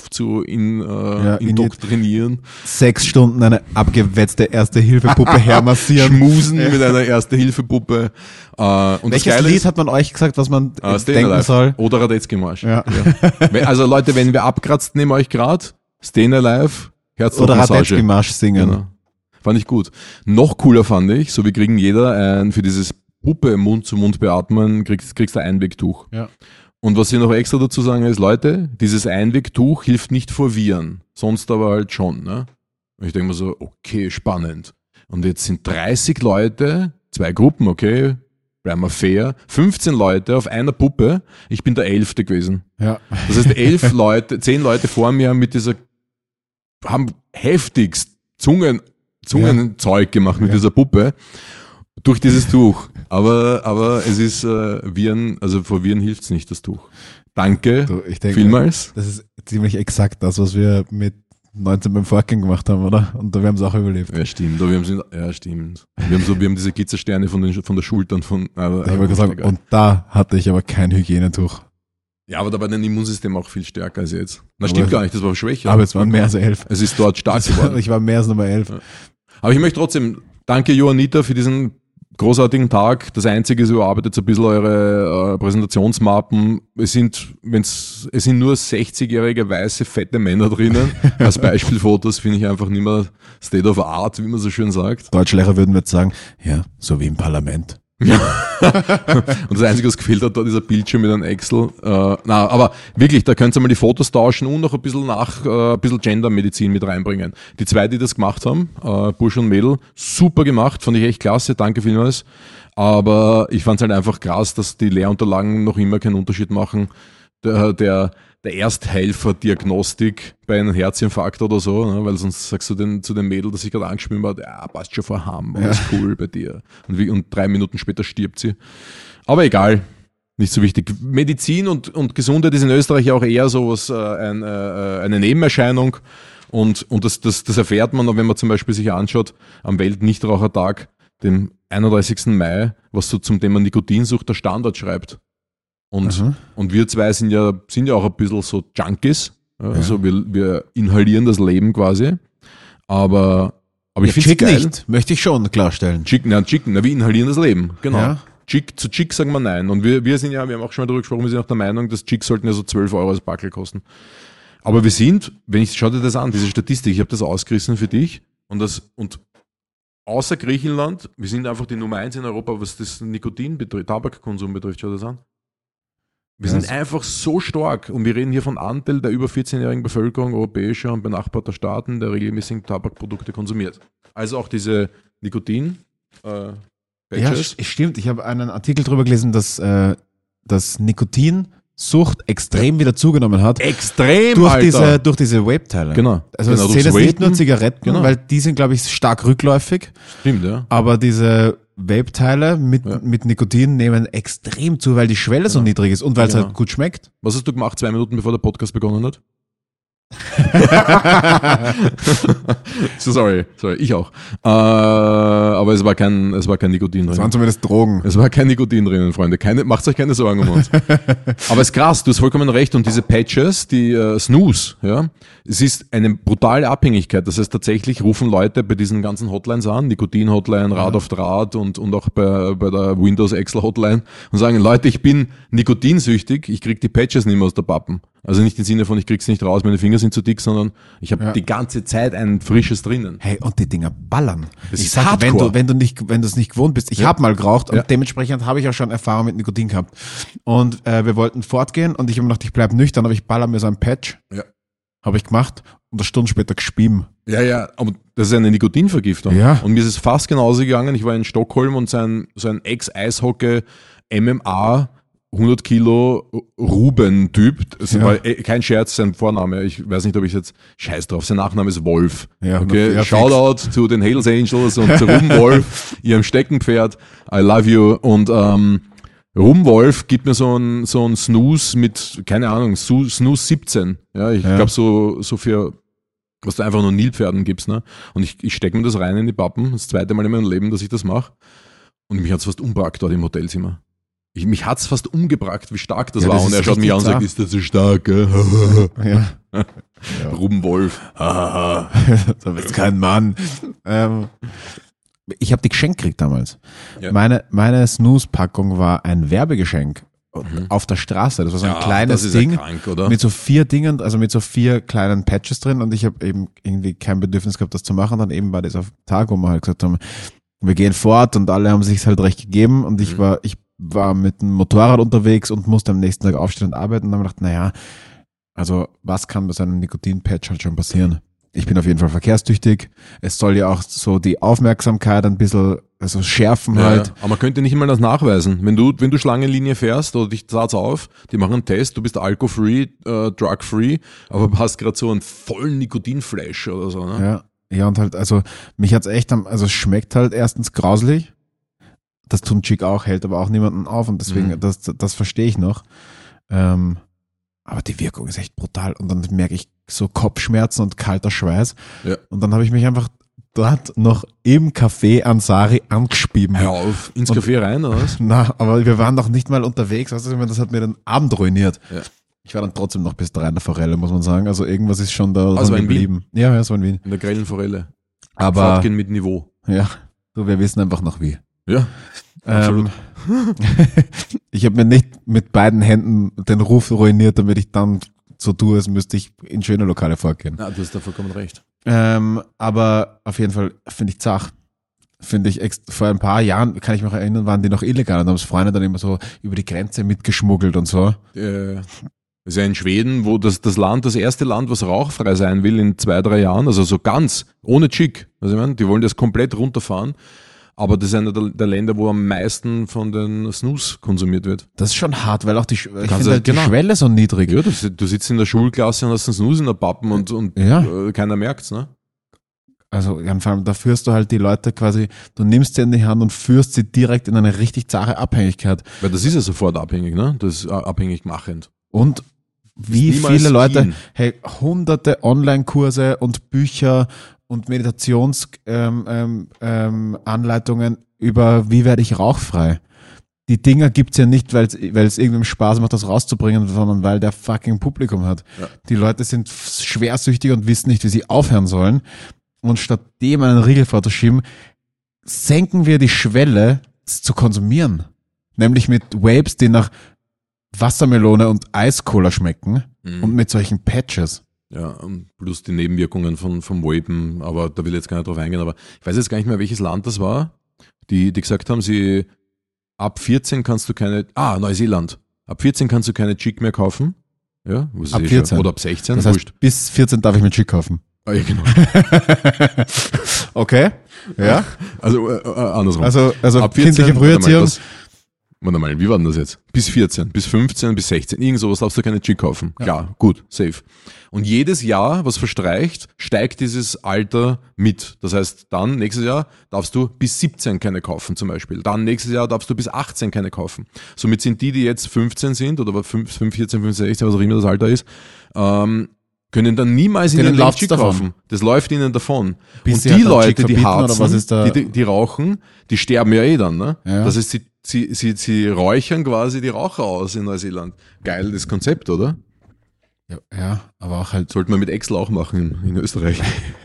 [SPEAKER 1] indoktrinieren.
[SPEAKER 2] 6 Stunden eine abgewetzte Erste-Hilfe-Puppe hermassieren.
[SPEAKER 1] Schmusen mit einer Erste-Hilfe-Puppe. Und das
[SPEAKER 2] Welches
[SPEAKER 1] Geile
[SPEAKER 2] Lied
[SPEAKER 1] ist,
[SPEAKER 2] hat man euch gesagt, was man
[SPEAKER 1] Staying
[SPEAKER 2] denken
[SPEAKER 1] Alive
[SPEAKER 2] soll?
[SPEAKER 1] oder Radetzky-Marsch.
[SPEAKER 2] Ja.
[SPEAKER 1] Also Leute, wenn wir abkratzt, nehmen euch grad Staying Alive,
[SPEAKER 2] Oder
[SPEAKER 1] Herzdruckmassage.
[SPEAKER 2] Radetzky-Marsch singen.
[SPEAKER 1] Genau. Fand ich gut. Noch cooler fand ich, so wir kriegen jeder für dieses Puppe Mund zu Mund beatmen, kriegst du ein Einwegtuch.
[SPEAKER 2] Ja.
[SPEAKER 1] Und was ich noch extra dazu sagen ist, Leute, dieses Einwegtuch hilft nicht vor Viren, sonst aber halt schon. Ne? Und ich denke mir so, okay, spannend. Und jetzt sind 30 Leute, 2 Gruppen, okay, bleiben wir fair, 15 Leute auf einer Puppe, ich bin der 11. gewesen.
[SPEAKER 2] Ja.
[SPEAKER 1] Das heißt, 10 Leute vor mir haben heftigst Zungenzeug gemacht mit dieser Puppe durch dieses Tuch. Aber es ist Viren, also vor Viren hilft's nicht, das Tuch. Danke
[SPEAKER 2] Du, ich denke,
[SPEAKER 1] vielmals.
[SPEAKER 2] das ist ziemlich exakt das, was wir mit 19 beim Vorgänger gemacht haben, oder? Und da wir haben es auch überlebt.
[SPEAKER 1] Ja, stimmt. Stimmt. Wir haben diese Glitzersterne von der Schultern von.
[SPEAKER 2] Ich habe gesagt, und da hatte ich aber kein Hygienetuch.
[SPEAKER 1] Ja, aber da war dein Immunsystem auch viel stärker als jetzt. Na,
[SPEAKER 2] Aber
[SPEAKER 1] stimmt gar nicht, das war schwächer.
[SPEAKER 2] Aber es waren mehr als 11.
[SPEAKER 1] Es ist dort stark geworden.
[SPEAKER 2] Ich war mehr als Nummer 11.
[SPEAKER 1] Aber ich möchte trotzdem, danke Johannita für diesen großartigen Tag. Das Einzige ist, überarbeitet so ein bisschen eure Präsentationsmappen. Es sind nur 60-jährige, weiße, fette Männer drinnen. Als Beispielfotos finde ich einfach nicht mehr State of Art, wie man so schön sagt.
[SPEAKER 2] Deutschlehrer würden jetzt sagen, ja, so wie im Parlament.
[SPEAKER 1] Und das Einzige, was gefehlt hat, dort ist ein Bildschirm mit einem Excel. Aber wirklich, da könnt ihr mal die Fotos tauschen und noch ein bisschen Gendermedizin mit reinbringen. Die 2, die das gemacht haben, Bursch und Mädel, super gemacht, fand ich echt klasse, danke vielmals. Aber ich fand es halt einfach krass, dass die Lehrunterlagen noch immer keinen Unterschied machen. Der Ersthelfer-Diagnostik bei einem Herzinfarkt oder so, ne? Weil sonst sagst du zu dem Mädel, das sich gerade angeschwimmt hat, ja, passt schon vorhanden, alles cool bei dir. Und 3 Minuten später stirbt sie. Aber egal, nicht so wichtig. Medizin und Gesundheit ist in Österreich auch eher so was, eine Nebenerscheinung. Und das erfährt man, wenn man zum Beispiel sich anschaut, am Weltnichtrauchertag, dem 31. Mai, was so zum Thema Nikotinsucht der Standard schreibt. Und wir zwei sind ja auch ein bisschen so Junkies. Ja, also wir inhalieren das Leben quasi. Aber ich finde es geil.
[SPEAKER 2] Nicht, möchte ich schon klarstellen.
[SPEAKER 1] Wir inhalieren das Leben, genau.
[SPEAKER 2] Ja.
[SPEAKER 1] Zu Chick sagen wir nein. Und wir haben auch schon mal darüber gesprochen, wir sind auch der Meinung, dass Chick sollten ja so 12 Euro als Backel kosten. Aber schau dir das an, diese Statistik, ich habe das ausgerissen für dich. Und außer Griechenland, wir sind einfach die Nummer 1 in Europa, was das Tabakkonsum betrifft, schau das an. Wir sind einfach so stark und wir reden hier von Anteil der über 14-jährigen Bevölkerung europäischer und benachbarter Staaten, der regelmäßig Tabakprodukte konsumiert. Also auch diese Nikotin Badges.
[SPEAKER 2] Ja, stimmt. Ich habe einen Artikel darüber gelesen, dass Nikotinsucht extrem wieder zugenommen hat.
[SPEAKER 1] Extrem,
[SPEAKER 2] durch
[SPEAKER 1] Alter.
[SPEAKER 2] Durch diese Vape-Teile.
[SPEAKER 1] Genau.
[SPEAKER 2] Also
[SPEAKER 1] genau,
[SPEAKER 2] es zählen jetzt nicht nur Zigaretten,
[SPEAKER 1] Genau.
[SPEAKER 2] weil die sind, glaube ich, stark rückläufig.
[SPEAKER 1] Stimmt, ja.
[SPEAKER 2] Aber diese Vape-Teile mit Nikotin nehmen extrem zu, weil die Schwelle so niedrig ist und weil es halt gut schmeckt.
[SPEAKER 1] Was hast du gemacht 2 Minuten bevor der Podcast begonnen hat? Sorry, ich auch. Aber es war kein Nikotin drin.
[SPEAKER 2] Das waren zumindest Drogen.
[SPEAKER 1] Es war kein Nikotin drinnen, Freunde. Macht euch keine Sorgen um uns. Aber es ist krass, du hast vollkommen recht. Und diese Patches, die Snooze, ja, es ist eine brutale Abhängigkeit. Das heißt, tatsächlich rufen Leute bei diesen ganzen Hotlines an, Nikotin-Hotline, Rad auf Draht und auch bei der Windows Excel-Hotline und sagen, Leute, ich bin nikotinsüchtig, ich krieg die Patches nicht mehr aus der Pappen. Also nicht im Sinne von, ich krieg's nicht raus, meine Finger sind zu dick, sondern ich habe die ganze Zeit ein frisches drinnen.
[SPEAKER 2] Hey, und die Dinger ballern.
[SPEAKER 1] Das
[SPEAKER 2] Ich
[SPEAKER 1] ist
[SPEAKER 2] sag,
[SPEAKER 1] Hardcore.
[SPEAKER 2] wenn du es nicht gewohnt bist, ich habe mal geraucht und dementsprechend habe ich auch schon Erfahrung mit Nikotin gehabt. Und wir wollten fortgehen und ich habe mir gedacht, ich bleib nüchtern, aber ich baller mir so ein Patch.
[SPEAKER 1] Ja.
[SPEAKER 2] Habe ich gemacht und eine Stunde später gespieben.
[SPEAKER 1] Ja, aber das ist eine Nikotinvergiftung.
[SPEAKER 2] Ja.
[SPEAKER 1] Und mir ist es fast genauso gegangen. Ich war in Stockholm und so ein Ex-Eishockey MMA 100 Kilo Ruben-Typ, das war kein Scherz, sein Vorname, ich weiß nicht, ob ich jetzt scheiß drauf, sein Nachname ist Wolf.
[SPEAKER 2] Ja,
[SPEAKER 1] okay,
[SPEAKER 2] ja,
[SPEAKER 1] Shoutout zu den Hells Angels und zu Ruben Wolf, ihrem Steckenpferd, I love you. Und Ruben Wolf gibt mir so ein Snooze mit, keine Ahnung, Snooze 17. Ja, ich glaube so für, was du einfach nur Nilpferden gibst, ne? Und ich stecke mir das rein in die Pappen, das zweite Mal in meinem Leben, dass ich das mache. Und mich hat's fast umgebracht dort im Hotelzimmer. Mich hat's fast umgebracht, wie stark das war. Und er schaut mich an und sagt, ist das so stark, gell?
[SPEAKER 2] Ja.
[SPEAKER 1] Ruben Wolf.
[SPEAKER 2] Du bist kein Mann. Ich habe die geschenkt gekriegt damals.
[SPEAKER 1] Ja.
[SPEAKER 2] Meine Snooze-Packung war ein Werbegeschenk auf der Straße. Das war so ein kleines
[SPEAKER 1] das ist
[SPEAKER 2] Ding
[SPEAKER 1] ja krank, oder?
[SPEAKER 2] mit so 4 Dingen, also mit so 4 kleinen Patches drin und ich habe eben irgendwie kein Bedürfnis gehabt, das zu machen. Dann eben war dieser Tag, wo wir halt gesagt haben, wir gehen fort und alle haben sich halt recht gegeben und ich war mit dem Motorrad unterwegs und musste am nächsten Tag aufstehen und arbeiten und dann habe ich gedacht, naja, also was kann bei so einem Nikotin-Patch halt schon passieren? Ich bin auf jeden Fall verkehrstüchtig. Es soll ja auch so die Aufmerksamkeit ein bisschen, also schärfen halt.
[SPEAKER 1] Ja, aber man könnte nicht mal das nachweisen. Wenn du Schlangenlinie fährst oder dich zahlt's auf, die machen einen Test, du bist alkoholfree, drug-free, aber hast gerade so einen vollen Nikotinflash oder so, ne?
[SPEAKER 2] Ja, und halt, also mich hat's echt, also es schmeckt halt erstens grauslich. Das tut Chick auch, hält aber auch niemanden auf und deswegen, das verstehe ich noch. Aber die Wirkung ist echt brutal und dann merke ich so Kopfschmerzen und kalter Schweiß. Ja. Und dann habe ich mich einfach dort noch im Café Ansari angespieben.
[SPEAKER 1] Hör auf, ins Café rein oder was?
[SPEAKER 2] Na, aber wir waren noch nicht mal unterwegs, weißt du, das hat mir den Abend ruiniert.
[SPEAKER 1] Ja.
[SPEAKER 2] Ich war dann trotzdem noch bis 3 in der Forelle, muss man sagen. Also irgendwas ist schon da
[SPEAKER 1] also
[SPEAKER 2] geblieben. Ja, es war in Wien.
[SPEAKER 1] In der grellen Forelle.
[SPEAKER 2] Aber
[SPEAKER 1] Fortgehen mit Niveau.
[SPEAKER 2] Ja, du, wir wissen einfach noch wie.
[SPEAKER 1] Ja, absolut.
[SPEAKER 2] Ich habe mir nicht mit beiden Händen den Ruf ruiniert, damit ich dann so tue, als müsste ich in schöne Lokale vorgehen.
[SPEAKER 1] Na, du hast da vollkommen recht.
[SPEAKER 2] Aber auf jeden Fall finde ich zach. Finde ich, vor ein paar Jahren, kann ich mich erinnern, waren die noch illegal und haben es Freunde dann immer so über die Grenze mitgeschmuggelt und so.
[SPEAKER 1] Das ist ja in Schweden, wo das erste Land, was rauchfrei sein will in 2-3 Jahren, also so ganz, ohne Chick. Also ich meine, die wollen das komplett runterfahren. Aber das ist einer der Länder, wo am meisten von den Snus konsumiert wird.
[SPEAKER 2] Das ist schon hart, weil auch die
[SPEAKER 1] die
[SPEAKER 2] Schwelle so niedrig.
[SPEAKER 1] Ja, du sitzt in der Schulklasse und hast einen Snus in der Pappen und keiner merkt's, ne?
[SPEAKER 2] Also vor allem, da führst du halt die Leute quasi, du nimmst sie in die Hand und führst sie direkt in eine richtig zahre Abhängigkeit.
[SPEAKER 1] Weil das ist ja sofort abhängig, ne? Das ist abhängig machend.
[SPEAKER 2] Und wie viele Leute, hunderte Online-Kurse und Bücher und Meditationsanleitungen über wie werde ich rauchfrei. Die Dinger gibt's ja nicht, weil es irgendwem Spaß macht, das rauszubringen, sondern weil der fucking Publikum hat. Ja. Die Leute sind schwersüchtig und wissen nicht, wie sie aufhören sollen. Und statt dem einen Riegel vorzuschieben, senken wir die Schwelle zu konsumieren. Nämlich mit Vapes, die nach Wassermelone und Eiscola schmecken und mit solchen Patches.
[SPEAKER 1] Ja, und plus die Nebenwirkungen vom Vapen, aber da will ich jetzt gar nicht drauf eingehen, aber ich weiß jetzt gar nicht mehr, welches Land das war, die gesagt haben, ab 14 kannst du keine, Neuseeland, ab 14 kannst du keine Chick mehr kaufen. Ja,
[SPEAKER 2] ab 14.
[SPEAKER 1] Oder ab 16.
[SPEAKER 2] Das heißt, bis 14 darf ich mir Chick kaufen.
[SPEAKER 1] Ah, ja, genau.
[SPEAKER 2] Okay, ja.
[SPEAKER 1] Also andersrum.
[SPEAKER 2] Also
[SPEAKER 1] ab 14,
[SPEAKER 2] kindliche Früherziehung.
[SPEAKER 1] Warte mal, wie war denn das jetzt? Bis 14, bis 15, bis 16, irgend sowas darfst du keine Chick kaufen. Ja. Klar, gut, safe. Und jedes Jahr, was verstreicht, steigt dieses Alter mit. Das heißt, dann nächstes Jahr darfst du bis 17 keine kaufen zum Beispiel. Dann nächstes Jahr darfst du bis 18 keine kaufen. Somit sind die jetzt 15 sind oder 5, 14, 15, 16, was auch immer das Alter ist, können dann niemals
[SPEAKER 2] Denen
[SPEAKER 1] ihnen
[SPEAKER 2] läuft's
[SPEAKER 1] Chick
[SPEAKER 2] davon.
[SPEAKER 1] kaufen. Das läuft ihnen davon.
[SPEAKER 2] Bis
[SPEAKER 1] Und
[SPEAKER 2] sie
[SPEAKER 1] die
[SPEAKER 2] halt auch
[SPEAKER 1] Leute,
[SPEAKER 2] Chick
[SPEAKER 1] die
[SPEAKER 2] verbieten, oder
[SPEAKER 1] harzen,
[SPEAKER 2] was ist da?
[SPEAKER 1] die rauchen, die sterben ja eh dann. Ne?
[SPEAKER 2] Ja.
[SPEAKER 1] Das heißt, sie räuchern quasi die Raucher aus in Neuseeland. Geil, das Konzept, oder?
[SPEAKER 2] Ja, aber auch halt.
[SPEAKER 1] Sollte man mit Excel auch machen in Österreich.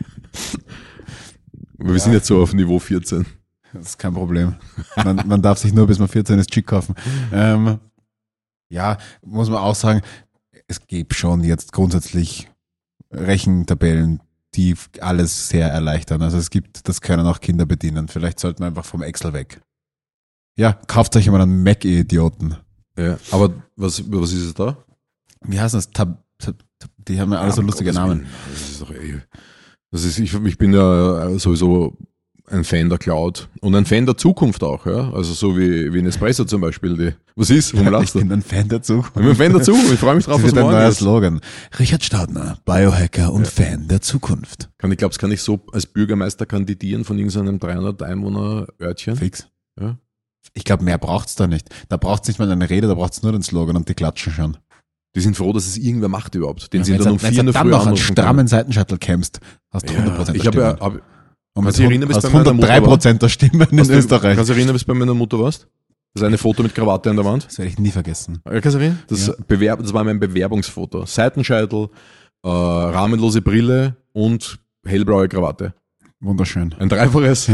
[SPEAKER 1] Aber wir sind jetzt so auf Niveau 14.
[SPEAKER 2] Das ist kein Problem. Man darf sich nur bis man 14 ist Chick kaufen. Ja, muss man auch sagen, es gibt schon jetzt grundsätzlich Rechentabellen, die alles sehr erleichtern. Also das können auch Kinder bedienen. Vielleicht sollten wir einfach vom Excel weg. Ja, kauft euch immer einen Mac, ihr Idioten.
[SPEAKER 1] Ja, aber was ist es da?
[SPEAKER 2] Wie heißt das? Die haben ja alle so lustige Namen.
[SPEAKER 1] Das ist doch ich bin ja sowieso ein Fan der Cloud und ein Fan der Zukunft auch, ja. Also so wie Nespresso zum Beispiel. Was ist? Warum lachst du?
[SPEAKER 2] Ich bin ein Fan der Zukunft.
[SPEAKER 1] Ich bin ein Fan der Zukunft. Ich freue mich drauf,
[SPEAKER 2] Das
[SPEAKER 1] was
[SPEAKER 2] wird ein
[SPEAKER 1] morgen
[SPEAKER 2] neuer
[SPEAKER 1] ist.
[SPEAKER 2] Slogan. Richard Stadner, Biohacker und Fan der Zukunft.
[SPEAKER 1] Kann ich so als Bürgermeister kandidieren von irgendeinem 300 Einwohner-Örtchen?
[SPEAKER 2] Fix.
[SPEAKER 1] Ja.
[SPEAKER 2] Ich glaube, mehr braucht's da nicht. Da braucht's nicht mal eine Rede, da braucht's nur den Slogan und die klatschen schon.
[SPEAKER 1] Die sind froh, dass es irgendwer macht überhaupt. Den sie
[SPEAKER 2] Wenn
[SPEAKER 1] dann um
[SPEAKER 2] du
[SPEAKER 1] 4 in der
[SPEAKER 2] dann
[SPEAKER 1] Früh
[SPEAKER 2] noch einen
[SPEAKER 1] anrufen
[SPEAKER 2] strammen Seitenschattel kämpfst, hast du 100%
[SPEAKER 1] Ich habe ja,
[SPEAKER 2] und
[SPEAKER 1] kannst du dich erinnern, bis
[SPEAKER 2] hast
[SPEAKER 1] bei meiner Mutter
[SPEAKER 2] 103% der Stimmen in Österreich.
[SPEAKER 1] Kannst du erinnern, bis bei meiner Mutter warst? Das ist eine Foto mit Krawatte an der Wand.
[SPEAKER 2] Das werde ich nie vergessen.
[SPEAKER 1] Ja, kannst du erinnern? Das war mein Bewerbungsfoto. Seitenscheitel, rahmenlose Brille und hellblaue Krawatte.
[SPEAKER 2] Wunderschön.
[SPEAKER 1] Ein dreifaches.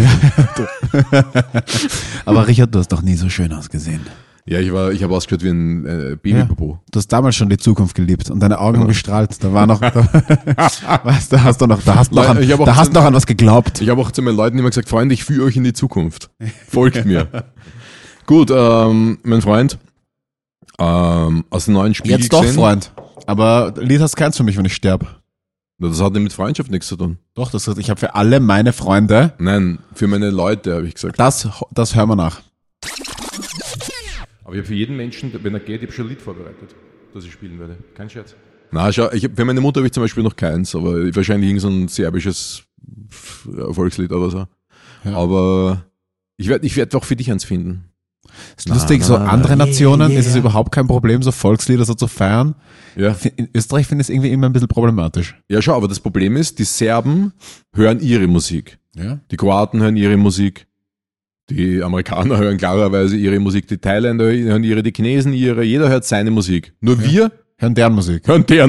[SPEAKER 2] Aber Richard, du hast doch nie so schön ausgesehen.
[SPEAKER 1] Ja, ich habe ausgeschaut wie ein Babypopo.
[SPEAKER 2] Du hast damals schon die Zukunft geliebt und deine Augen haben gestrahlt. Da war noch, weißt du, hast noch an was geglaubt.
[SPEAKER 1] Ich habe auch zu meinen Leuten immer gesagt, Freunde, ich führe euch in die Zukunft. Folgt mir. Gut, mein Freund, aus dem neuen Spiel
[SPEAKER 2] Jetzt doch, Freund. Aber Lied hast keins für mich, wenn ich sterbe.
[SPEAKER 1] Das hat mit Freundschaft nichts zu tun.
[SPEAKER 2] Doch, ich habe für alle meine Freunde.
[SPEAKER 1] Nein, für meine Leute, habe ich gesagt.
[SPEAKER 2] Das hören wir nach.
[SPEAKER 1] Aber ich habe für jeden Menschen, wenn er geht, ich habe schon ein Lied vorbereitet, das ich spielen werde. Kein Scherz. Na, schau, für meine Mutter habe ich zum Beispiel noch keins, aber wahrscheinlich irgend so ein serbisches Volkslied oder so. Ja. Aber ich werd auch für dich eins finden.
[SPEAKER 2] Ist lustig, andere Nationen ist es überhaupt kein Problem, so Volkslieder so zu feiern. Ja. In Österreich finde ich es irgendwie immer ein bisschen problematisch.
[SPEAKER 1] Ja, schau, aber das Problem ist, die Serben hören ihre Musik.
[SPEAKER 2] Ja.
[SPEAKER 1] Die Kroaten hören ihre Musik. Die Amerikaner hören klarerweise ihre Musik. Die Thailänder hören ihre, die Chinesen ihre. Jeder hört seine Musik. Nur wir
[SPEAKER 2] hören deren Musik.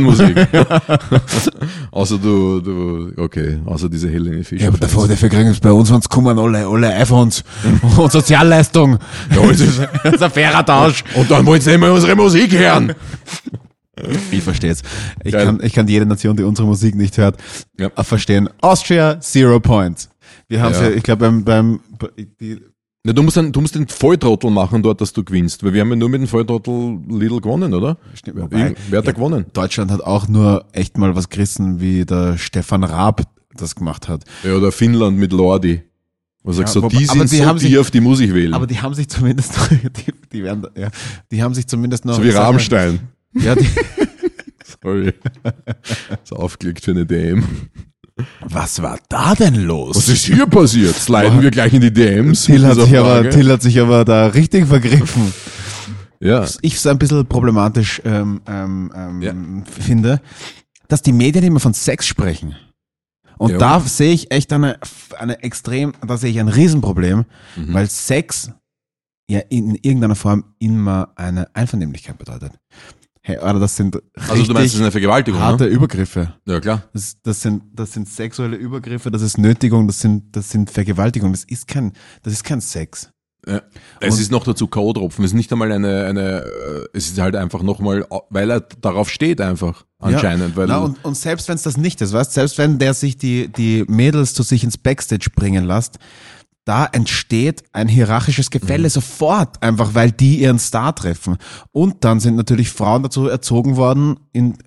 [SPEAKER 1] Außer außer diese Helene Fischer.
[SPEAKER 2] Ja, aber dafür kriegen es bei uns, wenn es kommen, alle iPhones und Sozialleistung.
[SPEAKER 1] Ja, das ist ein fairer Tausch. Und dann wollen sie immer unsere Musik hören.
[SPEAKER 2] Ich verstehe es. Ich kann jede Nation, die unsere Musik nicht hört, verstehen. Austria, 0 points. Wir haben ja, ich glaube,
[SPEAKER 1] du musst den Volltrottel machen dort, dass du gewinnst, weil wir haben ja nur mit dem Volltrottel Lidl gewonnen, oder?
[SPEAKER 2] Stimmt.
[SPEAKER 1] Wer hat da gewonnen?
[SPEAKER 2] Deutschland hat auch nur echt mal was gerissen, wie der Stefan Raab das gemacht hat.
[SPEAKER 1] Ja, oder Finnland mit Lordi. Was sagst du, die sind so, die auf die Musik wählen.
[SPEAKER 2] Aber die haben sich zumindest, die haben sich zumindest noch...
[SPEAKER 1] So wie Rammstein.
[SPEAKER 2] Ja,
[SPEAKER 1] Sorry. So aufgelegt für eine DM.
[SPEAKER 2] Was war da denn los?
[SPEAKER 1] Was ist hier passiert? Sliden wir gleich in die DMs.
[SPEAKER 2] Till hat sich aber da richtig vergriffen.
[SPEAKER 1] Ja.
[SPEAKER 2] Ich es ein bisschen problematisch finde, dass die Medien immer von Sex sprechen. Und da sehe ich echt da sehe ich ein Riesenproblem, weil Sex ja in irgendeiner Form immer eine Einvernehmlichkeit bedeutet. Hey, oder das sind
[SPEAKER 1] also du meinst, das ist eine Vergewaltigung,
[SPEAKER 2] harte Übergriffe.
[SPEAKER 1] Ja, klar.
[SPEAKER 2] Das sind sexuelle Übergriffe, das ist Nötigung, das sind Vergewaltigung, das ist kein Sex.
[SPEAKER 1] Ja. Es ist noch dazu K.O.-Tropfen. Es ist nicht einmal es ist halt einfach nochmal, weil er darauf steht einfach, anscheinend.
[SPEAKER 2] Ja. Und selbst wenn es das nicht ist, weißt, selbst wenn der sich die Mädels zu sich ins Backstage bringen lässt, da entsteht ein hierarchisches Gefälle sofort, einfach weil die ihren Star treffen. Und dann sind natürlich Frauen dazu erzogen worden,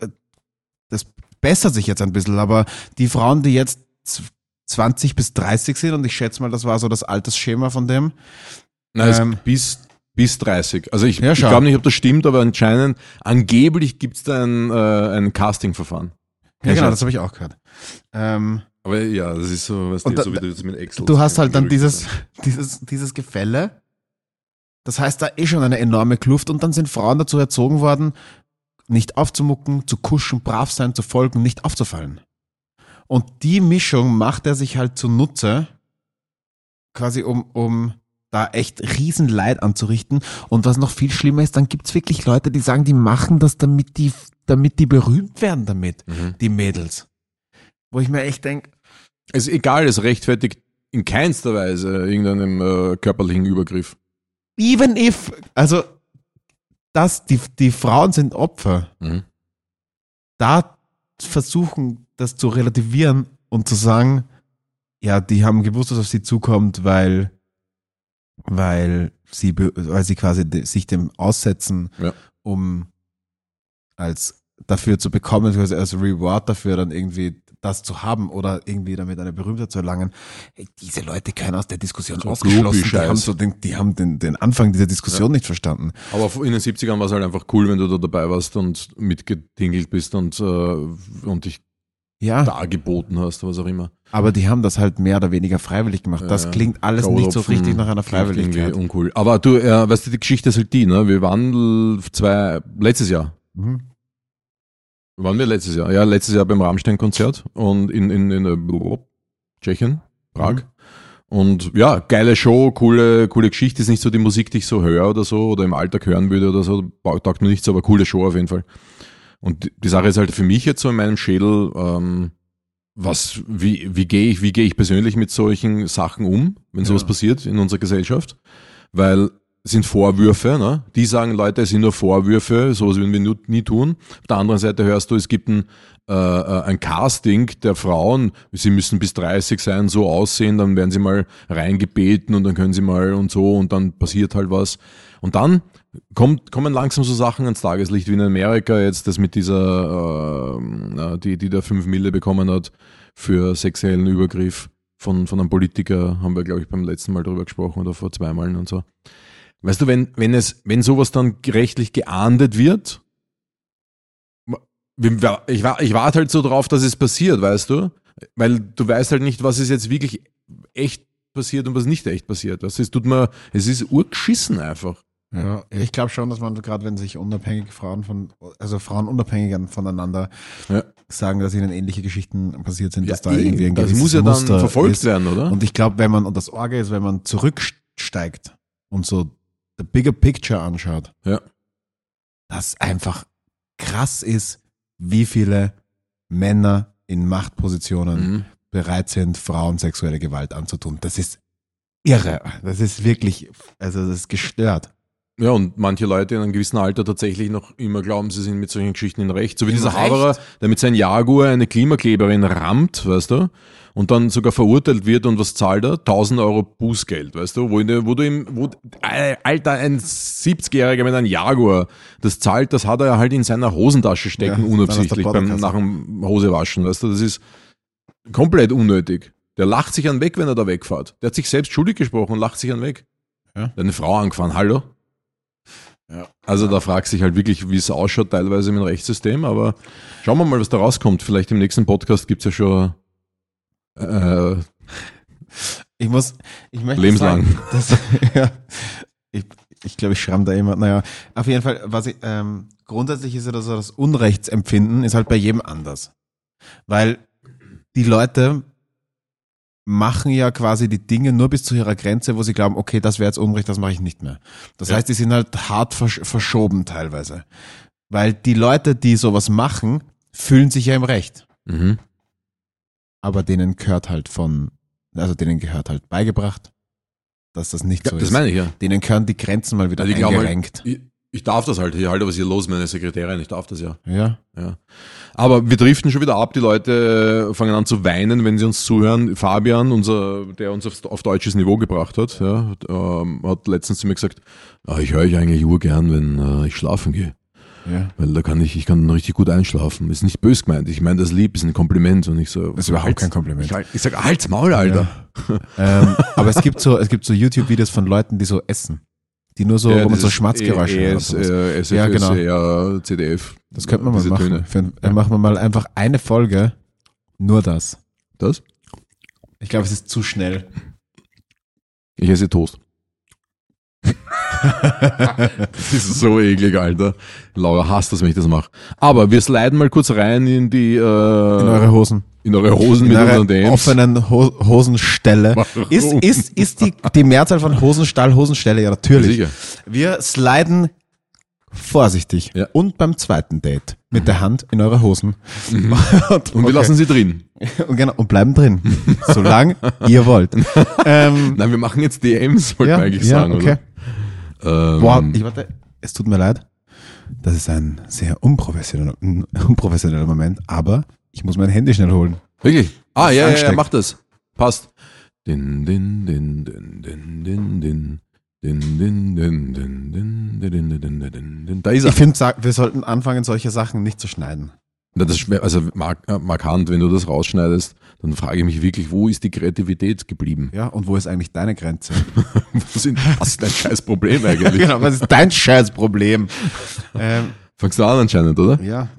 [SPEAKER 2] das bessert sich jetzt ein bisschen, aber die Frauen, die jetzt 20 bis 30 sind, und ich schätze mal, das war so das Altersschema von dem.
[SPEAKER 1] Nein, bis 30. Also ich glaube nicht, ob das stimmt, aber angeblich gibt es da ein Casting-Verfahren.
[SPEAKER 2] Ja, genau, das habe ich auch gehört.
[SPEAKER 1] Aber ja, das ist so, weißt du, so wie du das mit Excel.
[SPEAKER 2] Du hast halt dann dieses Gefälle. Das heißt, da ist schon eine enorme Kluft und dann sind Frauen dazu erzogen worden, nicht aufzumucken, zu kuschen, brav sein, zu folgen, nicht aufzufallen. Und die Mischung macht er sich halt zunutze, quasi um da echt Riesenleid anzurichten. Und was noch viel schlimmer ist, dann gibt's wirklich Leute, die sagen, die machen das, damit die berühmt werden damit, die Mädels. Wo ich mir echt denke,
[SPEAKER 1] Es ist egal, es rechtfertigt in keinster Weise irgendeinem körperlichen Übergriff.
[SPEAKER 2] even if, also die Frauen sind Opfer, da versuchen, das zu relativieren und zu sagen, ja, die haben gewusst, was auf sie zukommt, weil sie quasi sich dem aussetzen, um als dafür zu bekommen, quasi als Reward dafür dann irgendwie das zu haben oder irgendwie damit eine Berühmtheit zu erlangen. Hey, diese Leute können aus der Diskussion
[SPEAKER 1] So
[SPEAKER 2] ausgeschlossen. Die haben den Anfang dieser Diskussion nicht verstanden.
[SPEAKER 1] Aber in den 70ern war es halt einfach cool, wenn du da dabei warst und mitgetingelt bist und dich dargeboten hast, was auch immer.
[SPEAKER 2] Aber die haben das halt mehr oder weniger freiwillig gemacht. Das klingt alles nicht so richtig nach einer Freiwilligkeit.
[SPEAKER 1] Irgendwie uncool. Aber du, weißt du, die Geschichte ist halt die, ne? Wir waren letztes Jahr. Waren wir letztes Jahr? Ja, letztes Jahr beim Rammstein-Konzert und in Tschechien, Prag. Und ja, geile Show, coole Geschichte. Ist nicht so die Musik, die ich so höre oder so oder im Alltag hören würde oder so. Taugt mir nichts, aber coole Show auf jeden Fall. Und die Sache ist halt für mich jetzt so in meinem Schädel, wie gehe ich persönlich mit solchen Sachen um, wenn sowas passiert in unserer Gesellschaft? Weil es sind Vorwürfe, ne? Die sagen, Leute, es sind nur Vorwürfe, sowas würden wir nie tun. Auf der anderen Seite hörst du, es gibt ein Casting der Frauen, sie müssen bis 30 sein, so aussehen, dann werden sie mal reingebeten und dann können sie mal und so und dann passiert halt was. Und dann kommen langsam so Sachen ans Tageslicht, wie in Amerika jetzt, das mit dieser, die da 5 Mille bekommen hat für sexuellen Übergriff von einem Politiker, haben wir, glaube ich, beim letzten Mal drüber gesprochen oder vor 2 Malen und so. Weißt du, wenn sowas dann rechtlich geahndet wird, ich warte halt so drauf, dass es passiert, weißt du? Weil du weißt halt nicht, was ist jetzt wirklich echt passiert und was nicht echt passiert. Es ist urgeschissen einfach.
[SPEAKER 2] Ja, ich glaube schon, dass man gerade, wenn sich unabhängige Frauen Frauen unabhängig voneinander sagen, dass ihnen ähnliche Geschichten passiert sind, dass da irgendwie ein
[SPEAKER 1] das muss ja dann verfolgt werden, oder?
[SPEAKER 2] Und ich glaube, und das Orge ist, wenn man zurücksteigt und so the bigger picture anschaut, dass einfach krass ist, wie viele Männer in Machtpositionen bereit sind, Frauen sexuelle Gewalt anzutun. Das ist irre. Das ist wirklich, das ist gestört.
[SPEAKER 1] Ja, und manche Leute in einem gewissen Alter tatsächlich noch immer glauben, sie sind mit solchen Geschichten in Recht. So wie dieser Haberer, der mit seinem Jaguar eine Klimakleberin rammt, weißt du, und dann sogar verurteilt wird und was zahlt er? 1.000 Euro Bußgeld, weißt du, Alter, ein 70-Jähriger mit einem Jaguar, das zahlt, das hat er halt in seiner Hosentasche stecken, unabsichtlich nach dem Hosewaschen, weißt du, das ist komplett unnötig. Der lacht sich an weg, wenn er da wegfährt. Der hat sich selbst schuldig gesprochen und lacht sich an weg. Ja. Der hat eine Frau angefahren, hallo? Ja. Also da fragst du dich halt wirklich, wie es ausschaut teilweise im Rechtssystem, aber schauen wir mal, was da rauskommt. Vielleicht im nächsten Podcast gibt's ja schon
[SPEAKER 2] ich möchte
[SPEAKER 1] lebenslang.
[SPEAKER 2] Sagen, ich glaube, ich schramm da immer. Naja, auf jeden Fall, grundsätzlich ist ja so, das Unrechtsempfinden ist halt bei jedem anders. Weil die Leute machen ja quasi die Dinge nur bis zu ihrer Grenze, wo sie glauben, okay, das wäre jetzt Unrecht, das mache ich nicht mehr. Das heißt, die sind halt hart verschoben teilweise. Weil die Leute, die sowas machen, fühlen sich ja im Recht. Aber denen gehört halt beigebracht, dass das nicht so ist.
[SPEAKER 1] Das meine ich, ja.
[SPEAKER 2] Denen gehören die Grenzen mal wieder eingerenkt.
[SPEAKER 1] Ich darf das halt. Hier, was ist hier los, meine Sekretärin? Ich darf das ja.
[SPEAKER 2] Ja.
[SPEAKER 1] Aber wir driften schon wieder ab. Die Leute fangen an zu weinen, wenn sie uns zuhören. Fabian, der uns auf deutsches Niveau gebracht hat, hat letztens zu mir gesagt, ich höre euch eigentlich urgern, wenn ich schlafen gehe. Ja. Weil ich kann richtig gut einschlafen. Ist nicht böse gemeint. Ich meine, das lieb ist ein Kompliment und ich so.
[SPEAKER 2] Das ist überhaupt kein Kompliment.
[SPEAKER 1] Ich sag, halt's Maul, Alter.
[SPEAKER 2] Ja. Aber es gibt so YouTube-Videos von Leuten, die so essen. Die nur so, wo man so Schmatzgeräusche
[SPEAKER 1] hört.
[SPEAKER 2] Ja, genau.
[SPEAKER 1] CDF.
[SPEAKER 2] Das könnte man mal machen. Machen wir mal einfach eine Folge, nur das.
[SPEAKER 1] Das?
[SPEAKER 2] Ich glaube, es ist zu schnell.
[SPEAKER 1] Ich esse Toast. Das ist so eklig, Alter. Laura hasst das, wenn ich das mache. Aber wir sliden mal kurz rein in die
[SPEAKER 2] in eure Hosen.
[SPEAKER 1] In eure Hosen
[SPEAKER 2] In
[SPEAKER 1] mit
[SPEAKER 2] eure
[SPEAKER 1] unseren DMs.
[SPEAKER 2] offenen Hosenstelle.
[SPEAKER 1] Warum?
[SPEAKER 2] Ist die Mehrzahl von Hosenstall Hosenstelle? Ja, natürlich.
[SPEAKER 1] Sicher.
[SPEAKER 2] Wir sliden vorsichtig und beim zweiten Date mit der Hand in eure Hosen.
[SPEAKER 1] Und wir lassen sie drin.
[SPEAKER 2] Und bleiben drin, solange ihr wollt.
[SPEAKER 1] Nein, wir machen jetzt DMs, wollte ich eigentlich sagen.
[SPEAKER 2] Okay.
[SPEAKER 1] Oder?
[SPEAKER 2] Boah, warte, es tut mir leid. Das ist ein sehr unprofessioneller Moment, aber ich muss mein Handy schnell holen.
[SPEAKER 1] Wirklich? Ah, ja,
[SPEAKER 2] ansteckt.
[SPEAKER 1] mach das. Passt. Din, din, din, din, din, din, din. Din, din, din, din, din, din, din, din, din, din. Da ist er.
[SPEAKER 2] Ich finde, wir sollten anfangen, solche Sachen nicht zu schneiden.
[SPEAKER 1] Na, das ist schwer, also markant, wenn du das rausschneidest, dann frage ich mich wirklich, wo ist die Kreativität geblieben?
[SPEAKER 2] Ja, und wo ist eigentlich deine Grenze?
[SPEAKER 1] Was ist dein scheiß Problem eigentlich?
[SPEAKER 2] Genau, was ist dein scheiß Problem?
[SPEAKER 1] Fangst du an anscheinend, oder?
[SPEAKER 2] Ja.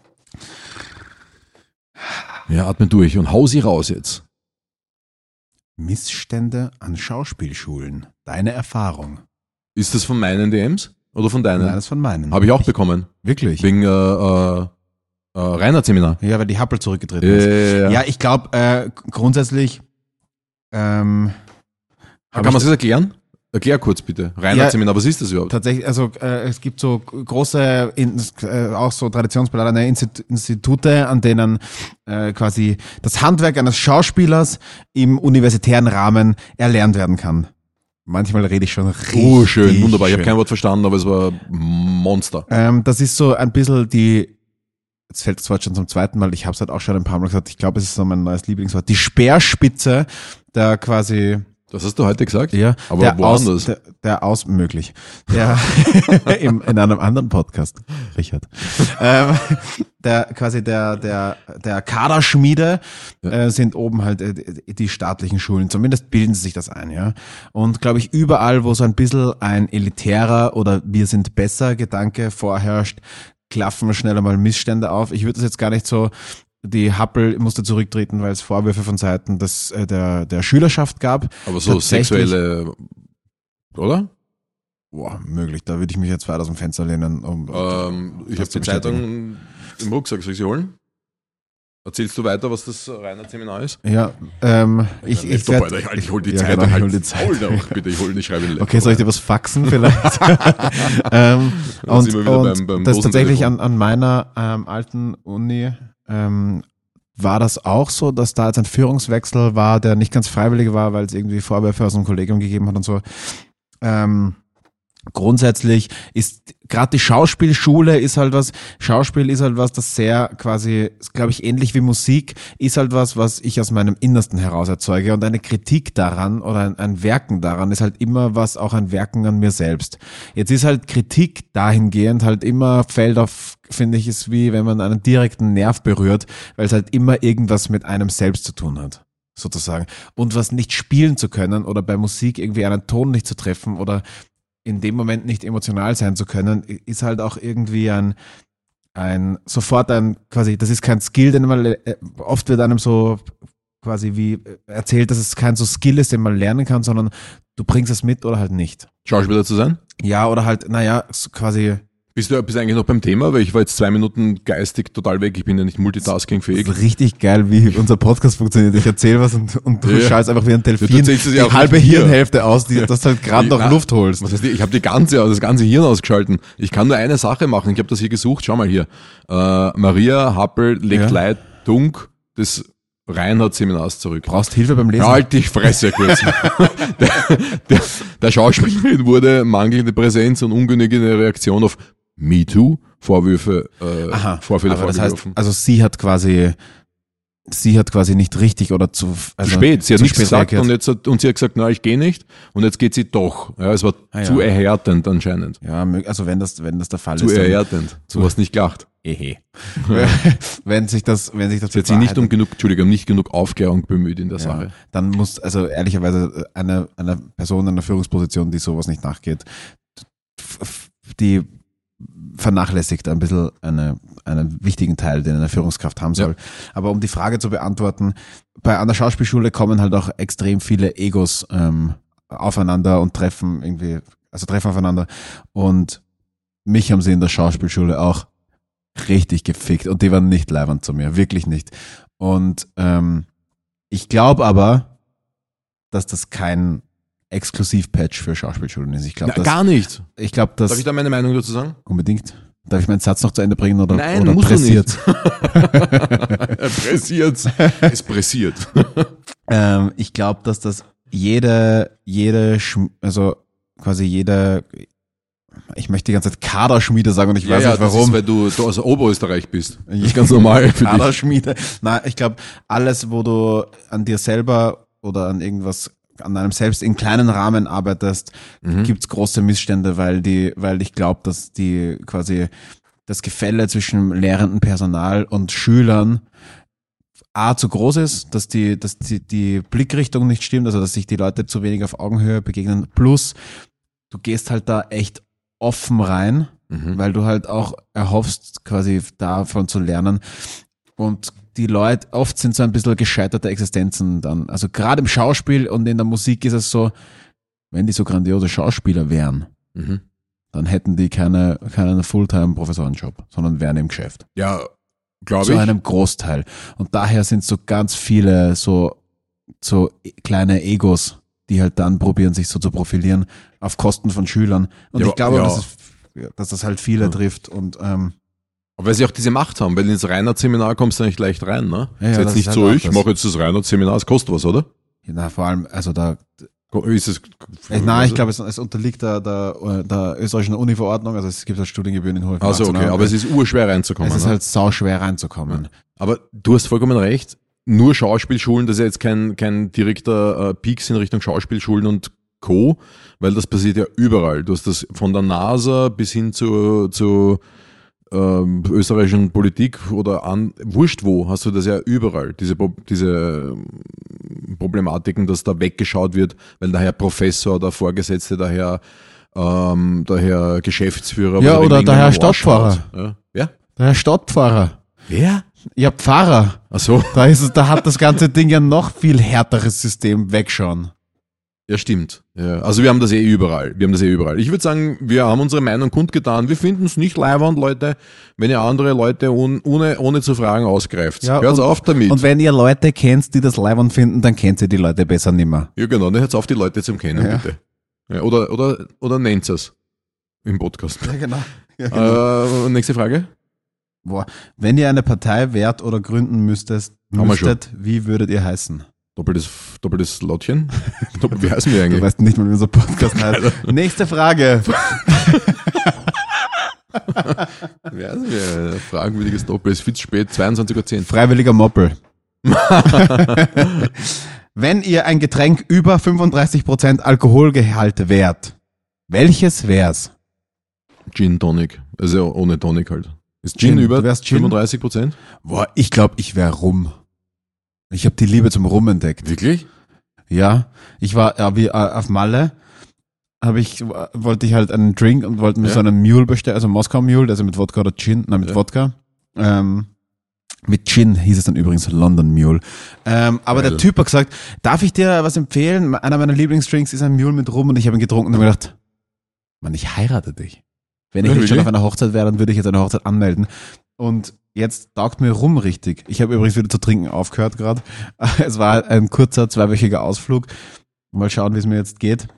[SPEAKER 1] Ja, atme durch und hau sie raus jetzt.
[SPEAKER 2] Missstände an Schauspielschulen. Deine Erfahrung.
[SPEAKER 1] Ist das von meinen DMs oder von deinen?
[SPEAKER 2] Nein, das ist von meinen.
[SPEAKER 1] Habe ich auch bekommen.
[SPEAKER 2] Wirklich?
[SPEAKER 1] Wegen Reinhard-Seminar.
[SPEAKER 2] Ja, weil die Happel zurückgetreten ist. Ja, ich glaube, grundsätzlich
[SPEAKER 1] Kann man das erklären? Erklär kurz bitte. Reinhard-Seminar, was ist das überhaupt?
[SPEAKER 2] Tatsächlich, also es gibt so große, auch so traditionsbeladene Institute, an denen quasi das Handwerk eines Schauspielers im universitären Rahmen erlernt werden kann. Manchmal rede ich schon richtig
[SPEAKER 1] Oh, schön, wunderbar. Ich
[SPEAKER 2] schön.
[SPEAKER 1] habe kein Wort verstanden, aber es war Monster.
[SPEAKER 2] Das ist so ein bisschen jetzt fällt das Wort schon zum zweiten Mal, ich habe es halt auch schon ein paar Mal gesagt, ich glaube, es ist so mein neues Lieblingswort, die Speerspitze, der quasi...
[SPEAKER 1] Das hast du heute gesagt?
[SPEAKER 2] Ja,
[SPEAKER 1] aber woanders.
[SPEAKER 2] Möglich. In einem anderen Podcast, Richard. Der Kaderschmiede sind oben halt die staatlichen Schulen. Zumindest bilden sie sich das ein, ja. Und glaube ich, überall, wo so ein bisschen ein elitärer oder wir sind besser Gedanke vorherrscht, klaffen schneller mal Missstände auf. Ich würde das jetzt gar nicht so... Die Happel musste zurücktreten, weil es Vorwürfe von Seiten der Schülerschaft gab.
[SPEAKER 1] Aber so sexuelle, oder?
[SPEAKER 2] Boah, möglich. Da würde ich mich jetzt weit aus dem Fenster lehnen.
[SPEAKER 1] Ich habe die Zeitung im Rucksack. Soll ich sie holen? Erzählst du weiter, was das Reinhard-Seminar ist?
[SPEAKER 2] Ja, ich
[SPEAKER 1] hol die
[SPEAKER 2] ja,
[SPEAKER 1] Zeitung.
[SPEAKER 2] genau,
[SPEAKER 1] Halt.
[SPEAKER 2] hol die Zeitung.
[SPEAKER 1] Hol doch, bitte, ich schreibe ihn.
[SPEAKER 2] Okay, soll ich dir was faxen vielleicht? und das tatsächlich an meiner alten Uni war das auch so, dass da jetzt ein Führungswechsel war, der nicht ganz freiwillig war, weil es irgendwie Vorwürfe aus einem Kollegium gegeben hat und so. Grundsätzlich ist gerade die Schauspielschule Schauspiel ist halt was, das sehr quasi, glaube ich, ähnlich wie Musik, ist halt was ich aus meinem Innersten heraus erzeuge und eine Kritik daran oder ein Werken daran ist halt immer auch ein Werken an mir selbst. Jetzt ist halt Kritik dahingehend halt immer fällt auf, finde ich, ist wie wenn man einen direkten Nerv berührt, weil es halt immer irgendwas mit einem selbst zu tun hat. Sozusagen. Und was nicht spielen zu können oder bei Musik irgendwie einen Ton nicht zu treffen oder in dem Moment nicht emotional sein zu können, ist halt auch irgendwie quasi, das ist kein Skill, den man, oft wird einem so quasi wie erzählt, dass es kein so Skill ist, den man lernen kann, sondern du bringst es mit oder halt nicht.
[SPEAKER 1] Schauspieler zu sein?
[SPEAKER 2] Ja, oder halt, so quasi.
[SPEAKER 1] Bist du eigentlich noch beim Thema? Weil ich war jetzt 2 Minuten geistig total weg. Ich bin ja nicht multitaskingfähig.
[SPEAKER 2] Das ist richtig geil, wie unser Podcast funktioniert. Ich erzähle was und du schallst einfach wie ein Delfin
[SPEAKER 1] die
[SPEAKER 2] halbe Hirnhälfte aus, dass du halt gerade noch Luft holst.
[SPEAKER 1] Was heißt, ich habe das ganze Hirn ausgeschalten. Ich kann nur eine Sache machen. Ich habe das hier gesucht. Schau mal hier. Maria Happel legt Leitung des Reinhard-Seminars zurück.
[SPEAKER 2] Brauchst Hilfe beim Lesen?
[SPEAKER 1] Halt dich Fresse kurz. der Schauspielerin wurde mangelnde Präsenz und ungenügende Reaktion auf MeToo Vorwürfe
[SPEAKER 2] Vorfälle vorgeworfen. Also sie hat quasi nicht richtig oder zu
[SPEAKER 1] spät. Sie hat nichts gesagt
[SPEAKER 2] reagiert.
[SPEAKER 1] und sie hat gesagt, na, ich gehe nicht. Und jetzt geht sie doch. Ja, es war zu erhärtend anscheinend.
[SPEAKER 2] Ja, also wenn das der Fall
[SPEAKER 1] ist. Zu erhärtend. Du hast nicht gelacht.
[SPEAKER 2] wenn sich das
[SPEAKER 1] sie hat sich nicht genug Aufklärung bemüht in der Sache.
[SPEAKER 2] Dann muss, also ehrlicherweise eine Person in einer Führungsposition, die sowas nicht nachgeht, die vernachlässigt ein bisschen einen wichtigen Teil, den eine Führungskraft haben soll. Ja. Aber um die Frage zu beantworten, an der Schauspielschule kommen halt auch extrem viele Egos aufeinander und treffen irgendwie also treffen aufeinander. Und mich haben sie in der Schauspielschule auch richtig gefickt und die waren nicht leiwand zu mir, wirklich nicht. Und ich glaube aber, dass das kein Exklusiv-Patch für Schauspielschulen ist. Ich glaube,
[SPEAKER 1] gar nicht.
[SPEAKER 2] Ich glaube, dass
[SPEAKER 1] Darf ich da meine Meinung dazu sagen?
[SPEAKER 2] unbedingt. Darf ich meinen Satz noch zu Ende bringen oder,
[SPEAKER 1] Nein,
[SPEAKER 2] oder
[SPEAKER 1] musst
[SPEAKER 2] pressiert?
[SPEAKER 1] Pressiert. Es pressiert.
[SPEAKER 2] Ich glaube, dass das also quasi jede, ich möchte die ganze Zeit Kaderschmiede sagen und ich weiß nicht warum.
[SPEAKER 1] Das ist, weil du aus Oberösterreich bist. Das ist ganz normal für dich.
[SPEAKER 2] Kaderschmiede. Nein, ich glaube, alles, wo du an dir selber oder an irgendwas, an einem selbst in kleinen Rahmen arbeitest, gibt's große Missstände, weil ich glaube, dass die quasi das Gefälle zwischen lehrendem Personal und Schülern zu groß ist, dass die Blickrichtung nicht stimmt, also dass sich die Leute zu wenig auf Augenhöhe begegnen. Plus, du gehst halt da echt offen rein, weil du halt auch erhoffst, quasi davon zu lernen. Und die Leute oft sind so ein bisschen gescheiterte Existenzen dann. Also gerade im Schauspiel und in der Musik ist es so, wenn die so grandiose Schauspieler wären, dann hätten die keinen Fulltime-Professorenjob, sondern wären im Geschäft.
[SPEAKER 1] Ja, glaube ich.
[SPEAKER 2] Zu einem Großteil. Und daher sind so ganz viele so kleine Egos, die halt dann probieren, sich so zu profilieren auf Kosten von Schülern. Und ich glaube, dass das halt viele trifft. Und
[SPEAKER 1] aber weil sie auch diese Macht haben, weil du ins Reinhardt-Seminar kommst du nicht leicht rein, ne?
[SPEAKER 2] Ja,
[SPEAKER 1] ist jetzt nicht
[SPEAKER 2] halt
[SPEAKER 1] so,
[SPEAKER 2] auch
[SPEAKER 1] ich mache jetzt das Reinhardt-Seminar, es kostet was, oder?
[SPEAKER 2] Na, vor allem, also da.
[SPEAKER 1] Ist es,
[SPEAKER 2] Nein, ich glaube, es unterliegt der österreichischen Uni-Verordnung, also es gibt halt Studiengebühren in hohe
[SPEAKER 1] Also okay, aber es ist urschwer reinzukommen.
[SPEAKER 2] Es ist halt sauschwer reinzukommen.
[SPEAKER 1] Ja. Aber du hast vollkommen recht, nur Schauspielschulen, das ist ja jetzt kein direkter Peaks in Richtung Schauspielschulen und Co., weil das passiert ja überall. Du hast das von der NASA bis hin zur österreichischen Politik oder wurscht wo, hast du das ja überall, diese Problematiken, dass da weggeschaut wird, weil daher Professor, der Vorgesetzte, daher Geschäftsführer.
[SPEAKER 2] Ja, oder daher Stadtpfarrer.
[SPEAKER 1] Ja?
[SPEAKER 2] Der Herr Stadtpfarrer.
[SPEAKER 1] Wer?
[SPEAKER 2] Ja, Pfarrer.
[SPEAKER 1] Ach so.
[SPEAKER 2] Da hat das ganze Ding ja noch viel härteres System wegschauen.
[SPEAKER 1] Ja, stimmt. Ja, also wir haben das überall. Ich würde sagen, wir haben unsere Meinung kundgetan. Wir finden es nicht leiwand, Leute, wenn ihr andere Leute ohne zu fragen ausgreift.
[SPEAKER 2] Ja,
[SPEAKER 1] hört's auf damit.
[SPEAKER 2] Und wenn ihr Leute kennt, die das leiwand finden, dann kennt ihr die Leute besser nimmer.
[SPEAKER 1] Ja, genau. Dann hört's auf, die Leute zu kennen, bitte. Ja, oder nennt es im Podcast.
[SPEAKER 2] Ja, genau.
[SPEAKER 1] Nächste Frage.
[SPEAKER 2] Boah. Wenn ihr eine Partei wärt oder gründen müsstet, wie würdet ihr heißen?
[SPEAKER 1] Doppeltes Lautchen? Wie heißen wir eigentlich?
[SPEAKER 2] Du weißt nicht mal, wie unser Podcast heißt. Nächste Frage.
[SPEAKER 1] Wie heißen wir? Fragwürdiges Doppel. Es ist viel zu spät, 22:10 Uhr.
[SPEAKER 2] Freiwilliger Moppel. Wenn ihr ein Getränk über 35% Alkoholgehalt wärt, welches wär's?
[SPEAKER 1] Gin Tonic. Also ohne Tonic halt. Ist Gin über 35%?
[SPEAKER 2] Boah, ich glaube, ich wäre Rum. Ich habe die Liebe zum Rum entdeckt.
[SPEAKER 1] Wirklich?
[SPEAKER 2] Ja, ich war auf Malle, wollte ich halt einen Drink und wollte mir so einen Mule bestellen, also Moskau Mule, also mit Wodka oder Gin, mit Wodka. Mit Gin hieß es dann übrigens London Mule. Aber der Typ hat gesagt, darf ich dir was empfehlen? Einer meiner Lieblingsdrinks ist ein Mule mit Rum und ich habe ihn getrunken und habe mir gedacht, Mann, ich heirate dich. Wenn ich jetzt schon auf einer Hochzeit wäre, dann würde ich jetzt eine Hochzeit anmelden. Und jetzt taugt mir Rum richtig. Ich habe übrigens wieder zu trinken aufgehört gerade. Es war ein kurzer, 2-wöchiger Ausflug. Mal schauen, wie es mir jetzt geht.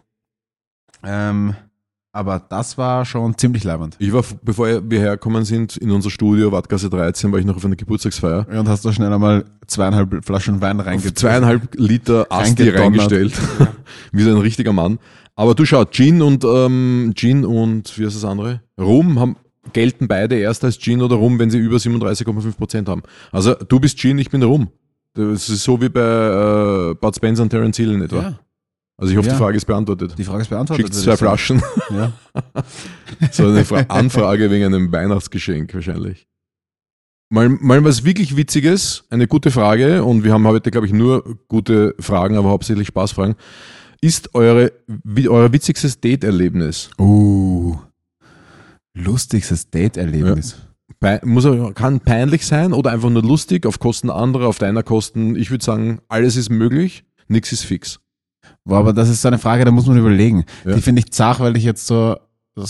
[SPEAKER 2] Aber das war schon ziemlich leibend.
[SPEAKER 1] Ich war, bevor wir hergekommen sind, in unser Studio, Wattgasse 13, war ich noch auf einer Geburtstagsfeier.
[SPEAKER 2] Ja, und hast da schnell einmal 2,5 Flaschen Wein reingestellt.
[SPEAKER 1] 2,5 Liter Asti reingestellt. Wie so ein richtiger Mann. Aber du schau, Gin und wie heißt das andere? Rum gelten beide erst als Gin oder Rum, wenn sie über 37,5% haben. Also du bist Gin, ich bin Rum. Das ist so wie bei Bud Spencer und Terence Hill in etwa. Ja. Also ich hoffe, die Frage ist beantwortet.
[SPEAKER 2] Die Frage ist beantwortet.
[SPEAKER 1] Schickt 2 Flaschen.
[SPEAKER 2] Ja.
[SPEAKER 1] So eine Anfrage wegen einem Weihnachtsgeschenk wahrscheinlich. Mal was wirklich Witziges, eine gute Frage, und wir haben heute, glaube ich, nur gute Fragen, aber hauptsächlich Spaßfragen. Ist euer witzigstes Date-Erlebnis?
[SPEAKER 2] Lustigstes Date-Erlebnis.
[SPEAKER 1] Ja. Kann peinlich sein oder einfach nur lustig, auf Kosten anderer, auf deiner Kosten. Ich würde sagen, alles ist möglich, nichts ist fix.
[SPEAKER 2] Boah, aber das ist so eine Frage, da muss man überlegen.
[SPEAKER 1] Ja.
[SPEAKER 2] Die finde ich zart, weil ich jetzt mir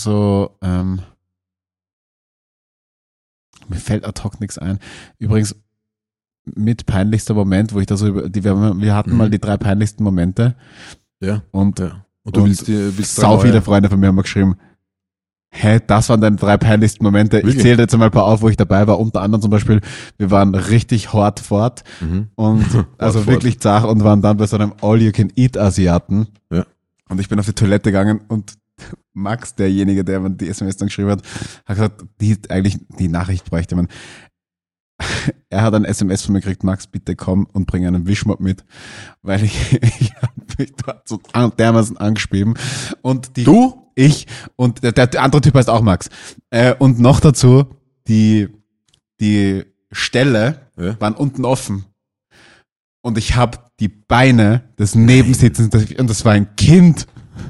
[SPEAKER 2] fällt ad hoc nichts ein. Übrigens, mit peinlichster Moment, wo ich da so wir hatten mal die 3 peinlichsten Momente.
[SPEAKER 1] Ja.
[SPEAKER 2] Und
[SPEAKER 1] du willst
[SPEAKER 2] sau viele Freunde von mir haben mir geschrieben, hey, das waren deine 3 peinlichsten Momente.
[SPEAKER 1] Wirklich?
[SPEAKER 2] Ich zähle jetzt einmal ein paar auf, wo ich dabei war. Unter anderem zum Beispiel, wir waren richtig hart fort und also wirklich zart und waren dann bei so einem All-You-Can-Eat-Asiaten.
[SPEAKER 1] Ja.
[SPEAKER 2] Und ich bin auf die Toilette gegangen und Max, derjenige, der mir die SMS dann geschrieben hat gesagt, die Nachricht bräuchte man. Er hat ein SMS von mir gekriegt, Max, bitte komm und bring einen Wischmopp mit, weil ich habe mich dort so dermaßen angeschrieben. Und ich und der andere Typ heißt auch Max. Und noch dazu, die Ställe waren unten offen. Und ich habe die Beine des Nebensitzens, und das war ein Kind.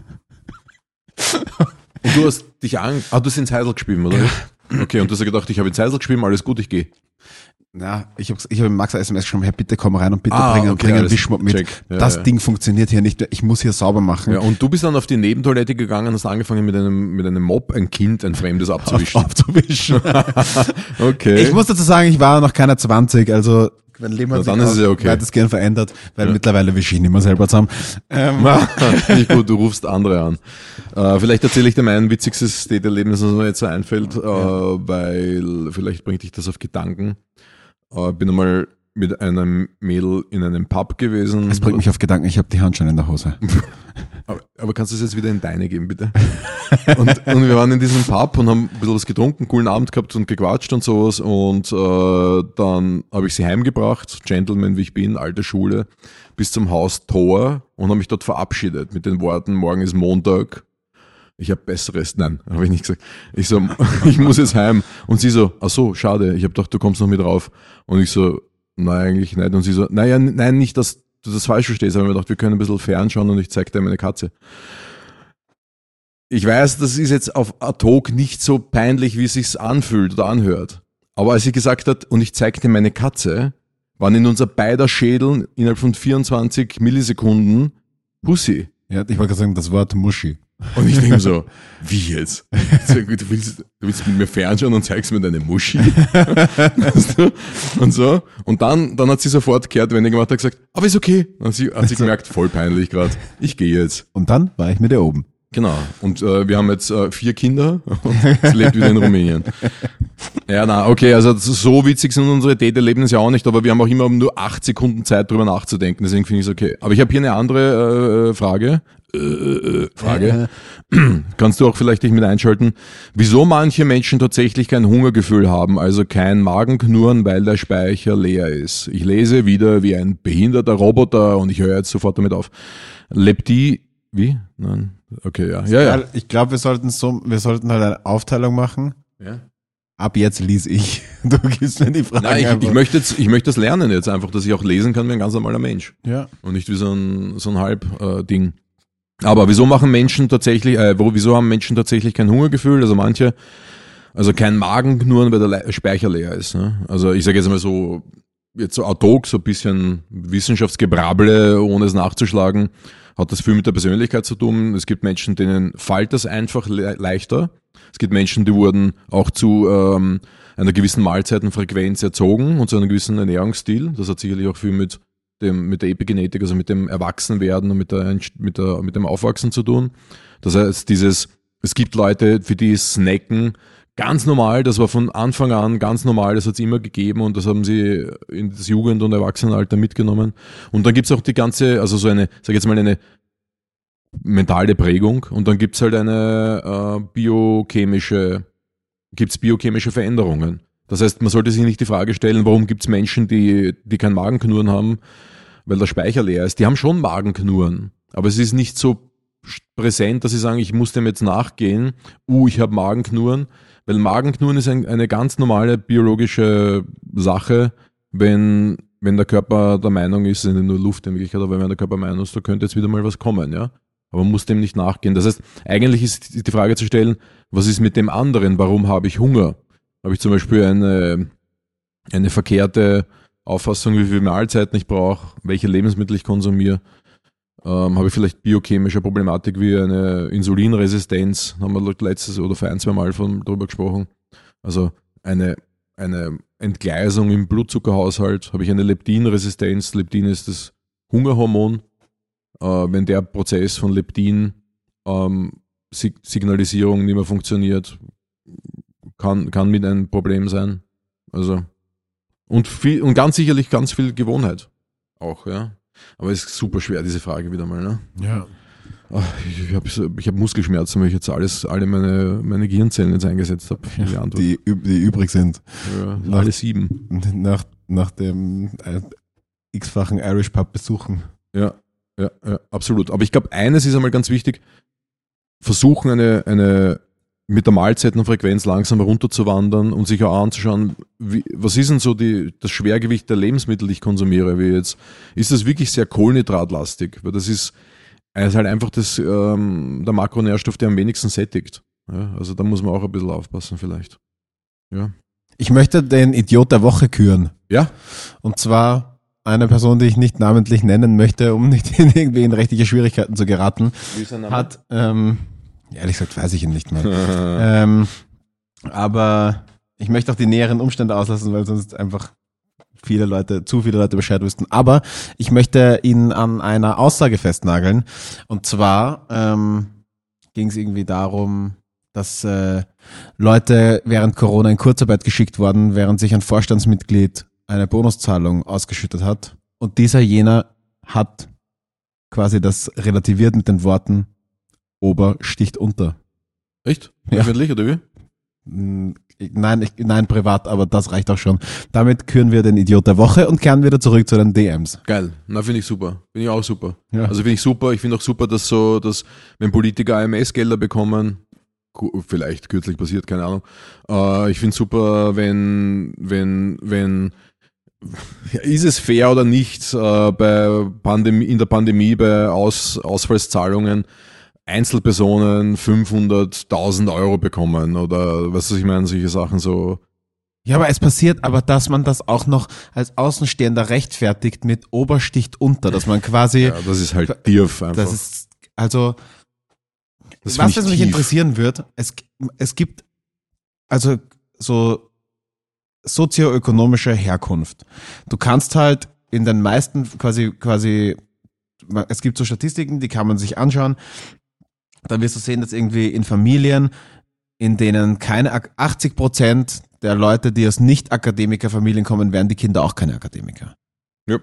[SPEAKER 1] Und du hast dich du hast ins Heisel gespielt, oder? Okay, und du hast gedacht, ich habe ins Heisel gespielt, alles gut, ich gehe.
[SPEAKER 2] Ja, ich habe Max eine SMS geschrieben, hey, bitte komm rein und bitte bring einen Wischmopp mit. Ja, Ding funktioniert hier nicht, ich muss hier sauber machen.
[SPEAKER 1] Ja, und du bist dann auf die Nebentoilette gegangen und hast angefangen mit einem Mopp ein Fremdes abzuwischen. Okay.
[SPEAKER 2] Ich muss dazu sagen, ich war noch keiner 20, also mein Leben hat sich auch weitestgehend verändert, weil mittlerweile wische ich nicht mehr selber zusammen.
[SPEAKER 1] Nicht gut, du rufst andere an. Vielleicht erzähle ich dir mein witzigstes Date-Erlebnis, was mir jetzt so einfällt, weil vielleicht bringt dich das auf Gedanken. Bin einmal mit einem Mädel in einem Pub gewesen.
[SPEAKER 2] Es bringt mich auf Gedanken, ich habe die Hand schon in der Hose.
[SPEAKER 1] Aber kannst du es jetzt wieder in deine geben, bitte? Und wir waren in diesem Pub und haben ein bisschen was getrunken, coolen Abend gehabt und gequatscht und sowas. Und dann habe ich sie heimgebracht, Gentleman wie ich bin, alte Schule, bis zum Haustor und habe mich dort verabschiedet mit den Worten, morgen ist Montag. Ich habe Besseres. Nein, habe ich nicht gesagt. Ich so, ich muss jetzt heim. Und sie so, ach so, schade, ich habe gedacht, du kommst noch mit rauf. Und ich so, nein, eigentlich nicht. Und sie so, nein, nicht, dass du das falsch verstehst, aber ich habe mir gedacht, wir können ein bisschen fernschauen und ich zeig dir meine Katze. Ich weiß, das ist jetzt auf ad hoc nicht so peinlich, wie es sich anfühlt oder anhört. Aber als sie gesagt hat, und ich zeig dir meine Katze, waren in unser beider Schädeln innerhalb von 24 Millisekunden Pussy.
[SPEAKER 2] Ja, ich wollte gerade sagen, das Wort Muschi.
[SPEAKER 1] Und ich denke so, wie jetzt? Du willst mit mir fernschauen und zeigst mir deine Muschi? Und so. Und dann hat sie sofort Kehrtwende gemacht und gesagt, aber ist okay. Dann hat sie gemerkt, voll peinlich gerade. Ich gehe jetzt.
[SPEAKER 2] Und dann war ich mit ihr oben.
[SPEAKER 1] Genau. Und wir haben jetzt 4 Kinder und sie lebt wieder in Rumänien. Ja, okay, also so witzig sind unsere Date-Erlebnisse auch nicht, aber wir haben auch immer nur 8 Sekunden Zeit, drüber nachzudenken. Deswegen finde ich es okay. Aber ich habe hier eine andere Frage. Kannst du auch vielleicht dich mit einschalten, wieso manche Menschen tatsächlich kein Hungergefühl haben, also kein Magenknurren, weil der Speicher leer ist. Ich lese wieder wie ein behinderter Roboter und ich höre jetzt sofort damit auf. Wie? Nein. Okay, ja.
[SPEAKER 2] Ich glaube, wir sollten halt eine Aufteilung machen.
[SPEAKER 1] Ja.
[SPEAKER 2] Ab jetzt lese ich. Du gibst mir die Frage.
[SPEAKER 1] Nein, ich möchte das lernen jetzt einfach, dass ich auch lesen kann wie ein ganz normaler Mensch.
[SPEAKER 2] Ja.
[SPEAKER 1] Und nicht wie so ein Halb-Ding. Aber wieso haben Menschen tatsächlich kein Hungergefühl? Also kein Magenknurren, weil der Speicher leer ist. Ne? Also ich sage jetzt mal so ad hoc, so ein bisschen Wissenschaftsgebrabble, ohne es nachzuschlagen, hat das viel mit der Persönlichkeit zu tun. Es gibt Menschen, denen fällt das einfach leichter. Es gibt Menschen, die wurden auch zu einer gewissen Mahlzeitenfrequenz erzogen und zu einem gewissen Ernährungsstil. Das hat sicherlich auch viel mit der Epigenetik, also mit dem Erwachsenwerden und mit dem Aufwachsen zu tun. Das heißt, es gibt Leute, für die ist Snacken ganz normal, das war von Anfang an ganz normal, das hat es immer gegeben und das haben sie in das Jugend- und Erwachsenenalter mitgenommen. Und dann gibt es auch die ganze, also so eine, sag ich jetzt mal, eine mentale Prägung und dann gibt es halt eine biochemische Veränderungen. Das heißt, man sollte sich nicht die Frage stellen, warum gibt es Menschen, die kein Magenknurren haben, weil der Speicher leer ist. Die haben schon Magenknurren, aber es ist nicht so präsent, dass sie sagen, ich muss dem jetzt nachgehen, ich habe Magenknurren, weil Magenknurren ist eine ganz normale biologische Sache, wenn der Körper der Meinung ist, es ist nur Luft in Wirklichkeit, aber wenn der Körper der Meinung ist, da könnte jetzt wieder mal was kommen, ja. Aber man muss dem nicht nachgehen. Das heißt, eigentlich ist die Frage zu stellen, was ist mit dem anderen? Warum habe ich Hunger? Habe ich zum Beispiel eine verkehrte Auffassung, wie viele Mahlzeiten ich brauche, welche Lebensmittel ich konsumiere? habe ich vielleicht biochemische Problematik wie eine Insulinresistenz, haben wir letztes oder vor 1-2 Mal drüber gesprochen. Also eine Entgleisung im Blutzuckerhaushalt, habe ich eine Leptinresistenz. Leptin ist das Hungerhormon. Wenn der Prozess von Leptin Signalisierung nicht mehr funktioniert, kann mit ein Problem sein. Also und ganz sicherlich ganz viel Gewohnheit auch, ja. Aber es ist super schwer, diese Frage wieder mal, ne?
[SPEAKER 2] Ja.
[SPEAKER 1] Ich hab Muskelschmerzen, weil ich jetzt alle meine Gehirnzellen jetzt eingesetzt habe.
[SPEAKER 2] Die übrig sind.
[SPEAKER 1] Ja, alle 7.
[SPEAKER 2] Nach dem x-fachen Irish Pub besuchen.
[SPEAKER 1] Ja, absolut. Aber ich glaube, eines ist einmal ganz wichtig, versuchen eine mit der Mahlzeitenfrequenz langsam runterzuwandern und sich auch anzuschauen, was ist denn so das Schwergewicht der Lebensmittel, die ich konsumiere, wie jetzt. Ist das wirklich sehr kohlenhydratlastig? Weil das ist halt einfach der Makronährstoff, der am wenigsten sättigt. Ja, also da muss man auch ein bisschen aufpassen vielleicht. Ja.
[SPEAKER 2] Ich möchte den Idiot der Woche küren.
[SPEAKER 1] Ja?
[SPEAKER 2] Und zwar eine Person, die ich nicht namentlich nennen möchte, um nicht irgendwie in rechtliche Schwierigkeiten zu geraten,
[SPEAKER 1] Wie ist sein Name?
[SPEAKER 2] hat, ehrlich gesagt weiß ich ihn nicht mal. Aber ich möchte auch die näheren Umstände auslassen, weil sonst einfach zu viele Leute Bescheid wüssten. Aber ich möchte ihn an einer Aussage festnageln. Und zwar ging es irgendwie darum, dass Leute während Corona in Kurzarbeit geschickt wurden, während sich ein Vorstandsmitglied eine Bonuszahlung ausgeschüttet hat. Und jener hat quasi das relativiert mit den Worten, Ober sticht unter.
[SPEAKER 1] Echt?
[SPEAKER 2] Ja.
[SPEAKER 1] Öffentlich oder wie?
[SPEAKER 2] Nein, privat, aber das reicht auch schon. Damit küren wir den Idiot der Woche und kehren wieder zurück zu den DMs.
[SPEAKER 1] Geil. Na, finde ich super. Finde ich auch super.
[SPEAKER 2] Ja.
[SPEAKER 1] Also finde ich super. Ich finde auch super, dass wenn Politiker AMS-Gelder bekommen, vielleicht kürzlich passiert, keine Ahnung. Ich finde super, wenn ist es fair oder nicht, in der Pandemie bei Ausfallszahlungen Einzelpersonen 500.000 Euro bekommen oder was ich meine, solche Sachen so.
[SPEAKER 2] Ja, aber es passiert aber, dass man das auch noch als Außenstehender rechtfertigt mit Obersticht unter, dass man quasi...
[SPEAKER 1] Ja, das ist halt tief einfach.
[SPEAKER 2] Das ist, also,
[SPEAKER 1] Das
[SPEAKER 2] was
[SPEAKER 1] finde ich
[SPEAKER 2] mich
[SPEAKER 1] tief.
[SPEAKER 2] interessieren wird, es gibt also so sozioökonomische Herkunft. Du kannst halt in den meisten quasi, es gibt so Statistiken, die kann man sich anschauen, da wirst du sehen, dass irgendwie in Familien, in denen keine 80% der Leute, die aus Nicht-Akademiker-Familien kommen, werden die Kinder auch keine Akademiker.
[SPEAKER 1] Ja.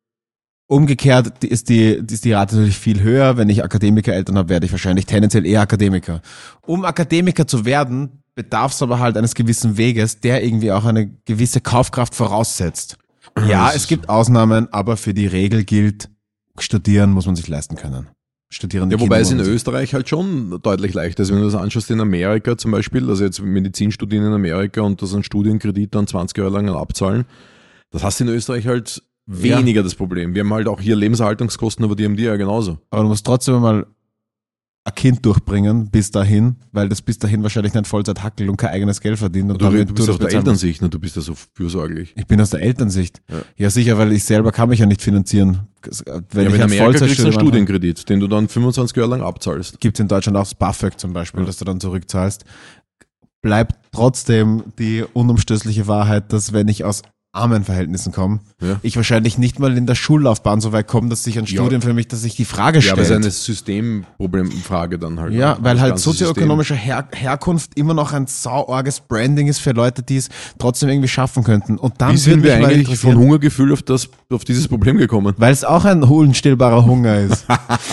[SPEAKER 2] Umgekehrt ist die Rate natürlich viel höher. Wenn ich Akademiker-Eltern habe, werde ich wahrscheinlich tendenziell eher Akademiker. Um Akademiker zu werden, bedarf es aber halt eines gewissen Weges, der irgendwie auch eine gewisse Kaufkraft voraussetzt. Ja, es gibt Ausnahmen, aber für die Regel gilt, studieren muss man sich leisten können. Studierende
[SPEAKER 1] Ja, wobei es in
[SPEAKER 2] Kinder
[SPEAKER 1] Österreich halt schon deutlich leichter ist, wenn du das anschaust in Amerika zum Beispiel, also jetzt Medizin studieren in Amerika und das einen Studienkredit dann 20 Jahre lang abzahlen, das hast du in Österreich halt weniger das Problem. Wir haben halt auch hier Lebenserhaltungskosten, aber die haben die ja genauso.
[SPEAKER 2] Aber du musst trotzdem mal ein Kind durchbringen bis dahin, weil das bis dahin wahrscheinlich nicht Vollzeit hackelt und kein eigenes Geld verdient. Und
[SPEAKER 1] Du bist
[SPEAKER 2] das
[SPEAKER 1] aus der
[SPEAKER 2] bezahlen musst.
[SPEAKER 1] Elternsicht, ne? Du bist ja so fürsorglich.
[SPEAKER 2] Ich bin aus der Elternsicht.
[SPEAKER 1] Ja.
[SPEAKER 2] Ja, sicher, weil ich selber kann mich ja nicht finanzieren. Wenn
[SPEAKER 1] Ja,
[SPEAKER 2] ich
[SPEAKER 1] in
[SPEAKER 2] ein
[SPEAKER 1] Amerika kriegst du einen
[SPEAKER 2] Vollzeitstudium habe,
[SPEAKER 1] Studienkredit, den du dann 25 Jahre lang abzahlst.
[SPEAKER 2] gibt es in Deutschland auch das BAföG zum Beispiel, das du dann zurückzahlst. Bleibt trotzdem die unumstößliche Wahrheit, dass wenn ich aus armen Verhältnissen komme,
[SPEAKER 1] Ja.
[SPEAKER 2] ich wahrscheinlich nicht mal in der Schullaufbahn so weit komme, dass sich ein Studium für mich, dass sich die Frage
[SPEAKER 1] Ja, aber es ist
[SPEAKER 2] stellt.
[SPEAKER 1] eine Systemproblemfrage dann halt.
[SPEAKER 2] Ja, weil
[SPEAKER 1] Das
[SPEAKER 2] halt
[SPEAKER 1] ganze
[SPEAKER 2] sozioökonomische Herkunft immer noch ein sauarges Branding ist für Leute, die es trotzdem irgendwie schaffen könnten. Und dann
[SPEAKER 1] Wie sind wir
[SPEAKER 2] würde mich mal
[SPEAKER 1] eigentlich
[SPEAKER 2] interessieren,
[SPEAKER 1] von Hungergefühl auf dieses Problem gekommen?
[SPEAKER 2] weil es auch ein unstillbarer Hunger ist.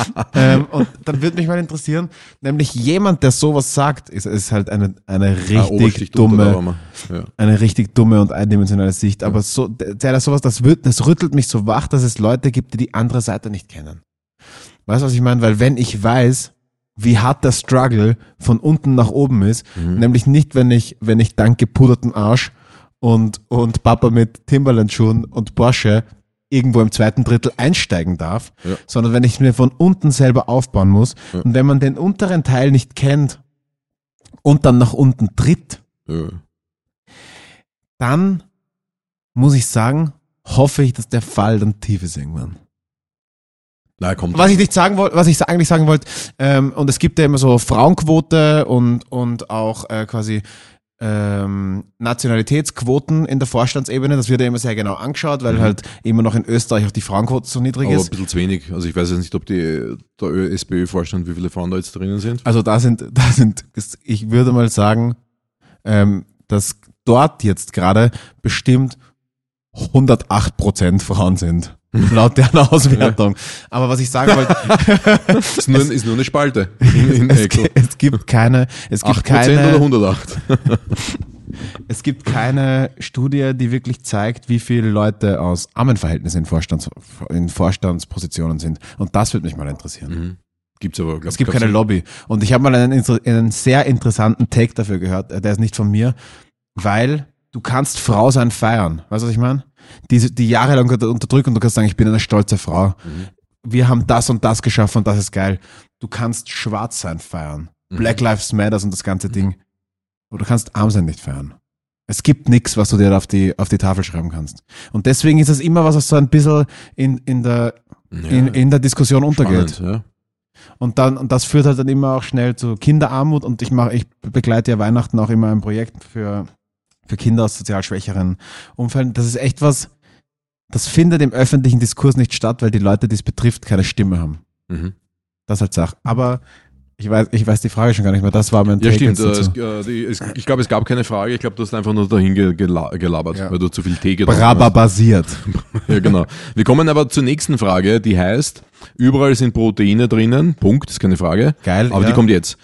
[SPEAKER 2] Und dann würde mich mal interessieren, nämlich jemand, der sowas sagt, ist halt eine richtig
[SPEAKER 1] Obersticht unter, da waren
[SPEAKER 2] dumme,
[SPEAKER 1] wir. Ja.
[SPEAKER 2] eine richtig dumme und eindimensionale Sicht. Aber so, der sowas, das rüttelt mich so wach, dass es Leute gibt, die andere Seite nicht kennen. Weißt du, was ich meine? Weil wenn ich weiß, wie hart der Struggle von unten nach oben ist, nämlich nicht, wenn ich dank gepudertem Arsch und Papa mit Timberland-Schuhen und Porsche irgendwo im zweiten Drittel einsteigen darf,
[SPEAKER 1] Ja.
[SPEAKER 2] sondern wenn ich mir von unten selber aufbauen muss.
[SPEAKER 1] Ja.
[SPEAKER 2] Und wenn man den unteren Teil nicht kennt und dann nach unten tritt,
[SPEAKER 1] Ja.
[SPEAKER 2] dann muss ich sagen, hoffe ich, dass der Fall dann tief ist irgendwann.
[SPEAKER 1] Na, kommt.
[SPEAKER 2] Was ich nicht sagen wollte, was ich eigentlich sagen wollte, und es gibt ja immer so Frauenquote und auch quasi Nationalitätsquoten in der Vorstandsebene, das wird ja immer sehr genau angeschaut, weil halt immer noch in Österreich auch die Frauenquote so niedrig
[SPEAKER 1] aber
[SPEAKER 2] ist.
[SPEAKER 1] ein bisschen zu wenig. Also ich weiß jetzt nicht, ob der SPÖ-Vorstand, wie viele Frauen da jetzt drinnen sind.
[SPEAKER 2] Also ich würde mal sagen, dass dort jetzt gerade bestimmt 108% Frauen sind. Laut deren Auswertung. Aber was ich sagen wollte,
[SPEAKER 1] ist nur eine Spalte.
[SPEAKER 2] es gibt keine,
[SPEAKER 1] 8% oder 108?
[SPEAKER 2] Es gibt keine Studie, die wirklich zeigt, wie viele Leute aus armen Verhältnissen in Vorstandspositionen sind. Und das würde mich mal interessieren.
[SPEAKER 1] Mhm. Gibt's aber, glaub,
[SPEAKER 2] es gibt keine Lobby. Und ich habe mal einen sehr interessanten Take dafür gehört, der ist nicht von mir, weil du kannst Frau sein feiern. Weißt du, was ich meine? Die jahrelang unterdrückt und du kannst sagen, ich bin eine stolze Frau. Mhm. Wir haben das und das geschafft und das ist geil. Du kannst schwarz sein feiern. Black Lives Matters und das ganze Ding. Aber du kannst arm sein nicht feiern. Es gibt nichts, was du dir auf die Tafel schreiben kannst. Und deswegen ist es immer was so ein bisschen in der Diskussion untergeht.
[SPEAKER 1] Spannend, ja.
[SPEAKER 2] Und das führt halt dann immer auch schnell zu Kinderarmut und ich begleite ja Weihnachten auch immer ein Projekt für Kinder aus sozial schwächeren Umfelden. Das ist echt was, das findet im öffentlichen Diskurs nicht statt, weil die Leute, die es betrifft, keine Stimme haben. Mhm. Das ist halt Sache. Aber ich weiß die Frage schon gar nicht mehr. Das war mein
[SPEAKER 1] Take. Ja,
[SPEAKER 2] stimmt.
[SPEAKER 1] Ich glaube, es gab keine Frage. Ich glaube, du hast einfach nur dahin gelabert,
[SPEAKER 2] ja.
[SPEAKER 1] weil du zu viel Tee getrunken
[SPEAKER 2] hast. Basiert.
[SPEAKER 1] Ja, genau. Wir kommen aber zur nächsten Frage, die heißt, überall sind Proteine drinnen. Punkt, ist keine Frage.
[SPEAKER 2] Geil,
[SPEAKER 1] aber die kommt jetzt.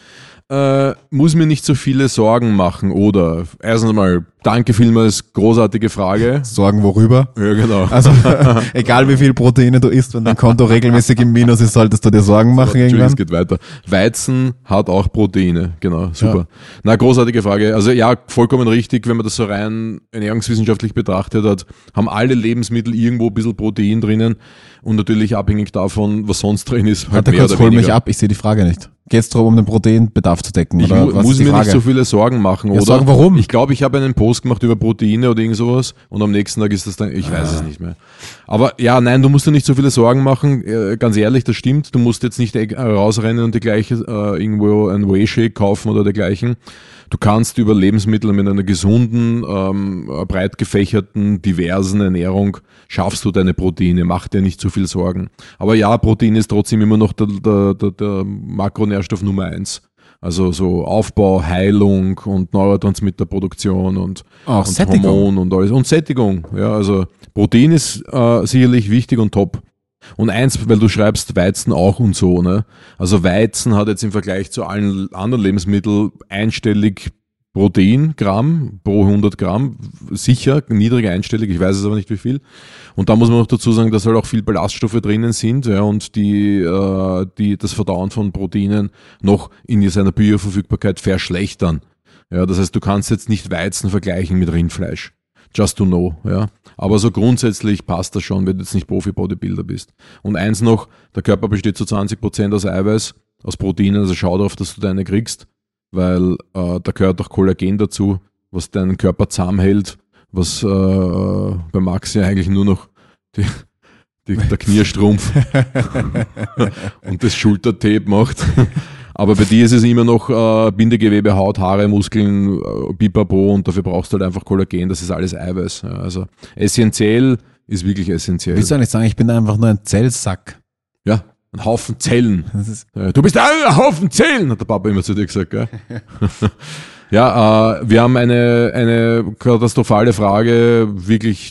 [SPEAKER 1] Muss mir nicht so viele Sorgen machen oder erstens mal, danke vielmals, großartige Frage.
[SPEAKER 2] Sorgen worüber?
[SPEAKER 1] Ja, genau.
[SPEAKER 2] Also egal wie viel Proteine du isst, wenn dein Konto regelmäßig im Minus ist, solltest du dir Sorgen machen irgendwann.
[SPEAKER 1] Es geht weiter. Weizen hat auch Proteine, genau, super. Ja. Na, großartige Frage. Also ja, vollkommen richtig, wenn man das so rein ernährungswissenschaftlich betrachtet hat, haben alle Lebensmittel irgendwo ein bisschen Protein drinnen und natürlich abhängig davon, was sonst drin ist.
[SPEAKER 2] Halt mehr oder weniger. Hol mich ab, ich sehe die Frage nicht. Geht es darum, um den Proteinbedarf zu decken?
[SPEAKER 1] Ich muss mir nicht so viele Sorgen machen, oder?
[SPEAKER 2] Sorgen, warum?
[SPEAKER 1] Ich glaube, ich habe einen Post gemacht über Proteine oder irgend sowas und am nächsten Tag ist das dann, ich weiß es nicht mehr. Aber ja, nein, du musst dir nicht so viele Sorgen machen. Ganz ehrlich, das stimmt. Du musst jetzt nicht rausrennen und die gleiche irgendwo ein Whey-Shake kaufen oder dergleichen. Du kannst über Lebensmittel mit einer gesunden, breit gefächerten, diversen Ernährung schaffst du deine Proteine. Mach dir nicht zu viel Sorgen. Aber ja, Protein ist trotzdem immer noch der Makronährstoff Nummer 1. Also so Aufbau, Heilung und Neurotransmitterproduktion und Hormon und alles. Und Sättigung. Ja, also Protein ist sicherlich wichtig und top. Und eins, weil du schreibst Weizen auch und so, ne? Also Weizen hat jetzt im Vergleich zu allen anderen Lebensmitteln einstellig Proteingramm pro 100 Gramm, sicher, niedrig einstellig, ich weiß es aber nicht wie viel. Und da muss man noch dazu sagen, dass halt auch viel Ballaststoffe drinnen sind, ja, und die das Verdauen von Proteinen noch in seiner Bioverfügbarkeit verschlechtern. Ja, das heißt, du kannst jetzt nicht Weizen vergleichen mit Rindfleisch. Just to know, ja. Aber so grundsätzlich passt das schon, wenn du jetzt nicht Profi-Bodybuilder bist. Und eins noch, der Körper besteht zu 20% aus Eiweiß, aus Proteinen, also schau darauf, dass du deine kriegst, weil da gehört auch Kollagen dazu, was deinen Körper zahm hält, was bei Max ja eigentlich nur noch der Knierstrumpf und das Schultertape macht. Aber bei dir ist es immer noch Bindegewebe, Haut, Haare, Muskeln, Pipapo und dafür brauchst du halt einfach Kollagen, das ist alles Eiweiß. Ja, also essentiell ist wirklich essentiell.
[SPEAKER 2] Willst du eigentlich sagen, ich bin einfach nur ein Zellsack?
[SPEAKER 1] Ja, ein Haufen Zellen. Du bist ein Haufen Zellen, hat der Papa immer zu dir gesagt. Gell? Ja, wir haben eine katastrophale Frage, wirklich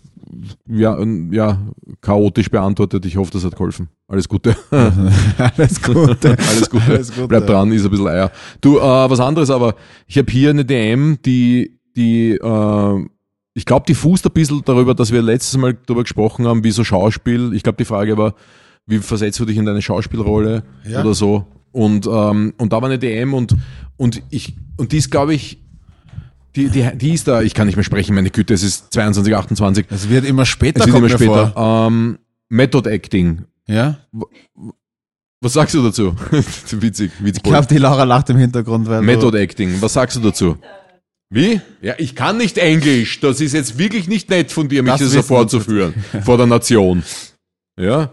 [SPEAKER 1] chaotisch beantwortet. Ich hoffe, das hat geholfen. Alles Gute.
[SPEAKER 2] Alles Gute.
[SPEAKER 1] Alles Gute.
[SPEAKER 2] Alles Gute.
[SPEAKER 1] Bleib dran, ist ein bisschen Eier. Du, was anderes, aber ich habe hier eine DM, die ich glaube, die fußt ein bisschen darüber, dass wir letztes Mal darüber gesprochen haben, wie so Schauspiel. Ich glaube, die Frage war, wie versetzt du dich in deine Schauspielrolle oder so? Und da war eine DM und die ist, glaube ich, die ist da, ich kann nicht mehr sprechen, meine Güte, es ist 22, 28.
[SPEAKER 2] Es wird immer später.
[SPEAKER 1] Method Acting.
[SPEAKER 2] Ja?
[SPEAKER 1] Was sagst du dazu? Witzig.
[SPEAKER 2] Ich glaube, die Laura lacht im Hintergrund. Weil
[SPEAKER 1] Method Acting, was sagst du dazu? Wie? Ja, ich kann nicht Englisch. Das ist jetzt wirklich nicht nett von dir, mich das so vorzuführen. Vor der Nation. Ja?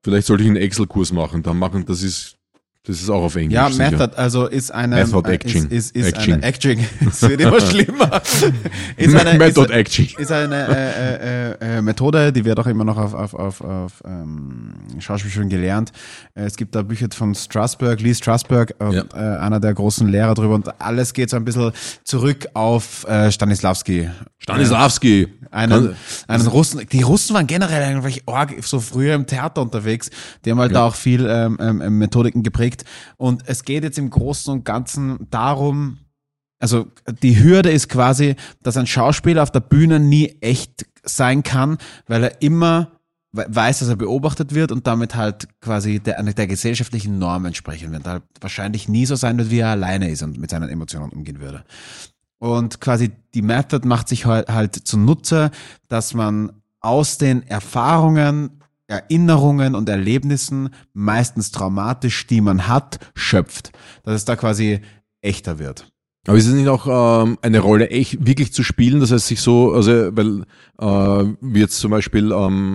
[SPEAKER 1] Vielleicht sollte ich einen Excel-Kurs machen. Das ist auch auf Englisch.
[SPEAKER 2] Ja,
[SPEAKER 1] sicher.
[SPEAKER 2] Method, also ist eine
[SPEAKER 1] Method Acting.
[SPEAKER 2] Ist eine Acting. Es wird immer schlimmer.
[SPEAKER 1] Method Acting.
[SPEAKER 2] Ist eine Methode, die wird auch immer noch auf Schauspielschulen gelernt. Es gibt da Bücher von Lee Strasberg, einer der großen Lehrer drüber, und alles geht so ein bisschen zurück auf Stanislavski. Einen Russen. Die Russen waren generell eigentlich so früher im Theater unterwegs. Die haben halt da auch viel Methodiken geprägt. Und es geht jetzt im Großen und Ganzen darum, also die Hürde ist quasi, dass ein Schauspieler auf der Bühne nie echt sein kann, weil er immer weiß, dass er beobachtet wird und damit halt quasi der gesellschaftlichen Norm entsprechen wird. Halt wahrscheinlich nie so sein wird, wie er alleine ist und mit seinen Emotionen umgehen würde. Und quasi die Method macht sich halt zunutze, dass man aus den Erfahrungen, Erinnerungen und Erlebnissen, meistens traumatisch, die man hat, schöpft. Dass es da quasi echter wird.
[SPEAKER 1] Aber ist es nicht auch eine Rolle echt wirklich zu spielen? Das heißt, sich so, also, weil wie jetzt zum Beispiel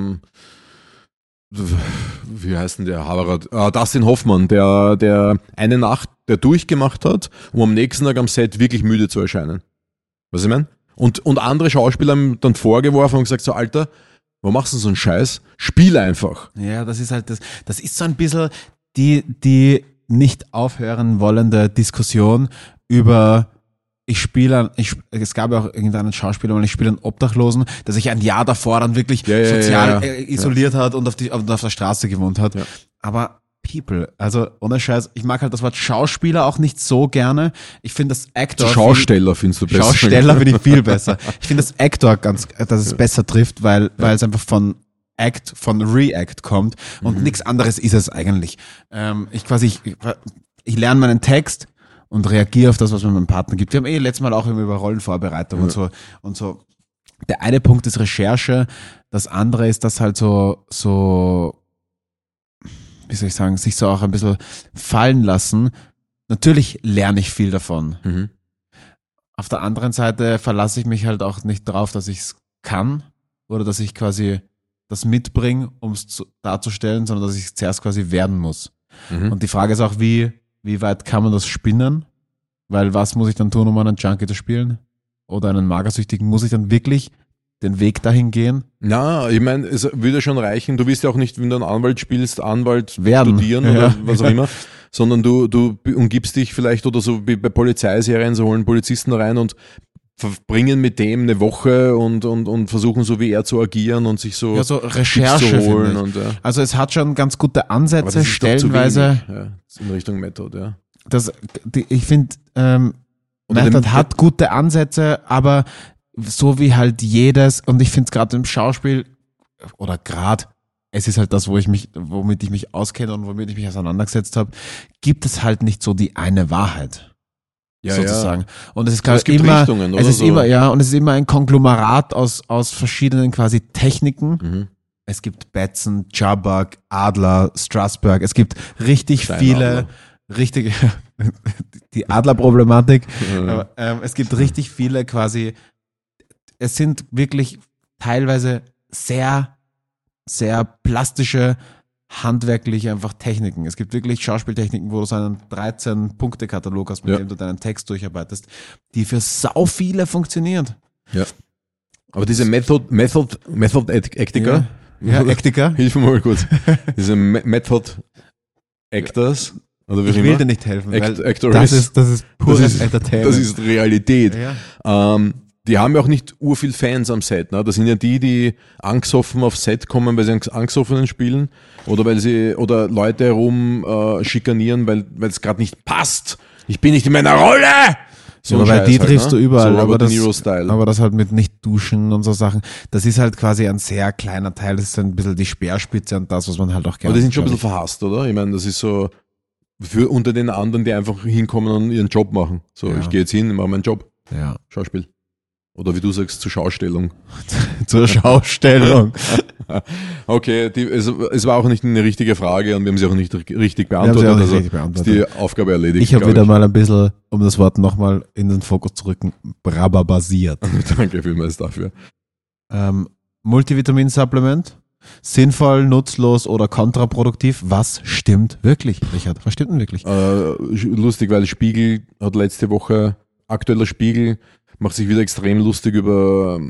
[SPEAKER 1] wie heißt denn der Haverer? Dustin Hoffmann, der eine Nacht der durchgemacht hat, um am nächsten Tag am Set wirklich müde zu erscheinen. Was ich meine? Und andere Schauspieler haben dann vorgeworfen und gesagt so, Alter, warum machst du so einen Scheiß? Spiel einfach.
[SPEAKER 2] Ja, das ist halt das ist so ein bisschen die nicht aufhören wollende Diskussion über es gab ja auch irgendeinen Schauspieler, und ich spiele einen Obdachlosen, der sich ein Jahr davor dann wirklich sozial isoliert hat und auf der Straße gewohnt hat. Ja. Aber People, also ohne Scheiß, ich mag halt das Wort Schauspieler auch nicht so gerne. Ich finde das Actor...
[SPEAKER 1] Schausteller findest du besser.
[SPEAKER 2] Schausteller finde ich viel besser. Ich finde das Actor dass es besser trifft, weil es einfach von React kommt und nichts anderes ist es eigentlich. Ich lerne meinen Text und reagiere auf das, was mir mein Partner gibt. Wir haben letztes Mal auch über Rollenvorbereitung und so. Der eine Punkt ist Recherche, das andere ist das halt so, wie soll ich sagen, sich so auch ein bisschen fallen lassen. Natürlich lerne ich viel davon. Mhm. Auf der anderen Seite verlasse ich mich halt auch nicht drauf, dass ich es kann oder dass ich quasi das mitbringe, um es darzustellen, sondern dass ich es zuerst quasi werden muss. Mhm. Und die Frage ist auch, wie weit kann man das spinnen? Weil was muss ich dann tun, um einen Junkie zu spielen? Oder einen Magersüchtigen? Muss ich dann wirklich den Weg dahin gehen?
[SPEAKER 1] Ja, ich meine, es würde schon reichen. Du willst ja auch nicht, wenn du einen Anwalt spielst, Anwalt
[SPEAKER 2] werden.
[SPEAKER 1] Studieren oder was auch immer, sondern du umgibst dich vielleicht oder so wie bei Polizeiserien, so holen Polizisten rein und verbringen mit dem eine Woche und versuchen so wie er zu agieren und sich so,
[SPEAKER 2] Recherche
[SPEAKER 1] zu holen.
[SPEAKER 2] Also es hat schon ganz gute Ansätze, stellenweise.
[SPEAKER 1] In Richtung Method,
[SPEAKER 2] ich finde, Method hat gute Ansätze, aber so wie halt jedes, und ich finde es gerade im Schauspiel, es ist halt das, womit ich mich auskenne und womit ich mich auseinandergesetzt habe, gibt es halt nicht so die eine Wahrheit. Sozusagen. Und es ist und es ist immer ein Konglomerat aus verschiedenen quasi Techniken. Mhm. Es gibt Batson, Jabak, Adler, Strasberg. Es gibt richtig die Adler-Problematik. Mhm. Es gibt richtig viele quasi, es sind wirklich teilweise sehr, sehr plastische, handwerklich einfach Techniken. Es gibt wirklich Schauspieltechniken, wo du so einen 13-Punkte-Katalog hast, mit dem du deinen Text durcharbeitest, die für sau viele funktionieren.
[SPEAKER 1] Ja. Aber diese Method Actiker.
[SPEAKER 2] Ja, Actiker.
[SPEAKER 1] Hilf mir mal kurz. Diese Method Actors. Oder wie
[SPEAKER 2] ich will dir nicht helfen, weil
[SPEAKER 1] das ist
[SPEAKER 2] pures Entertainment.
[SPEAKER 1] Das ist Realität. Ja. Die haben ja auch nicht urviel Fans am Set. Ne? Das sind ja die angsthoffen aufs Set kommen, weil sie einen Angsthoffenen spielen oder Leute herum schikanieren, weil es gerade nicht passt. Ich bin nicht in meiner Rolle!
[SPEAKER 2] So aber die triffst halt, du überall,
[SPEAKER 1] so
[SPEAKER 2] aber das halt mit nicht duschen und so Sachen, das ist halt quasi ein sehr kleiner Teil, das ist ein bisschen die Speerspitze und das, was man halt auch gerne.
[SPEAKER 1] Aber die sind schon ein bisschen verhasst, oder? Ich meine, das ist so für unter den anderen, die einfach hinkommen und ihren Job machen. So, ich gehe jetzt hin, mache meinen Job.
[SPEAKER 2] Ja.
[SPEAKER 1] Schauspiel. Oder wie du sagst, zur Schaustellung.
[SPEAKER 2] Zur Schaustellung.
[SPEAKER 1] Okay, es war auch nicht eine richtige Frage und wir haben sie auch nicht richtig beantwortet. Ist die Aufgabe erledigt.
[SPEAKER 2] Ich habe wieder mal ein bisschen, um das Wort nochmal in den Fokus zu rücken, brababasiert.
[SPEAKER 1] Danke vielmals dafür.
[SPEAKER 2] Multivitamin-Supplement Sinnvoll, nutzlos oder kontraproduktiv? Was stimmt wirklich, Richard? Was stimmt denn wirklich?
[SPEAKER 1] Lustig, weil Spiegel hat letzte Woche, aktueller Spiegel, macht sich wieder extrem lustig über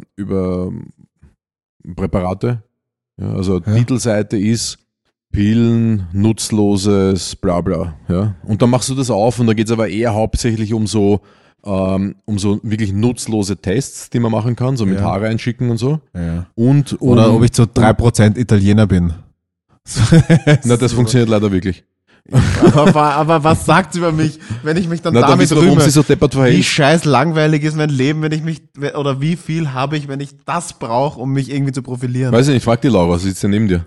[SPEAKER 1] Präparate. Ja, also Titelseite ist Pillen, nutzloses, bla bla. Ja. Und dann machst du das auf und da geht es aber eher hauptsächlich um so wirklich nutzlose Tests, die man machen kann, so mit Haare einschicken und so.
[SPEAKER 2] Ja.
[SPEAKER 1] Oder
[SPEAKER 2] ob ich zu 3% Italiener bin.
[SPEAKER 1] Na, das funktioniert leider wirklich.
[SPEAKER 2] aber was sagt's über mich, wenn ich mich dann damit
[SPEAKER 1] rühme, warum sie so deppert verhält.
[SPEAKER 2] Wie scheiß langweilig ist mein Leben, wenn ich mich, oder wie viel habe ich, wenn ich das brauche, um mich irgendwie zu profilieren?
[SPEAKER 1] Weiß ich nicht, frag die Laura, sie sitzt ja neben dir.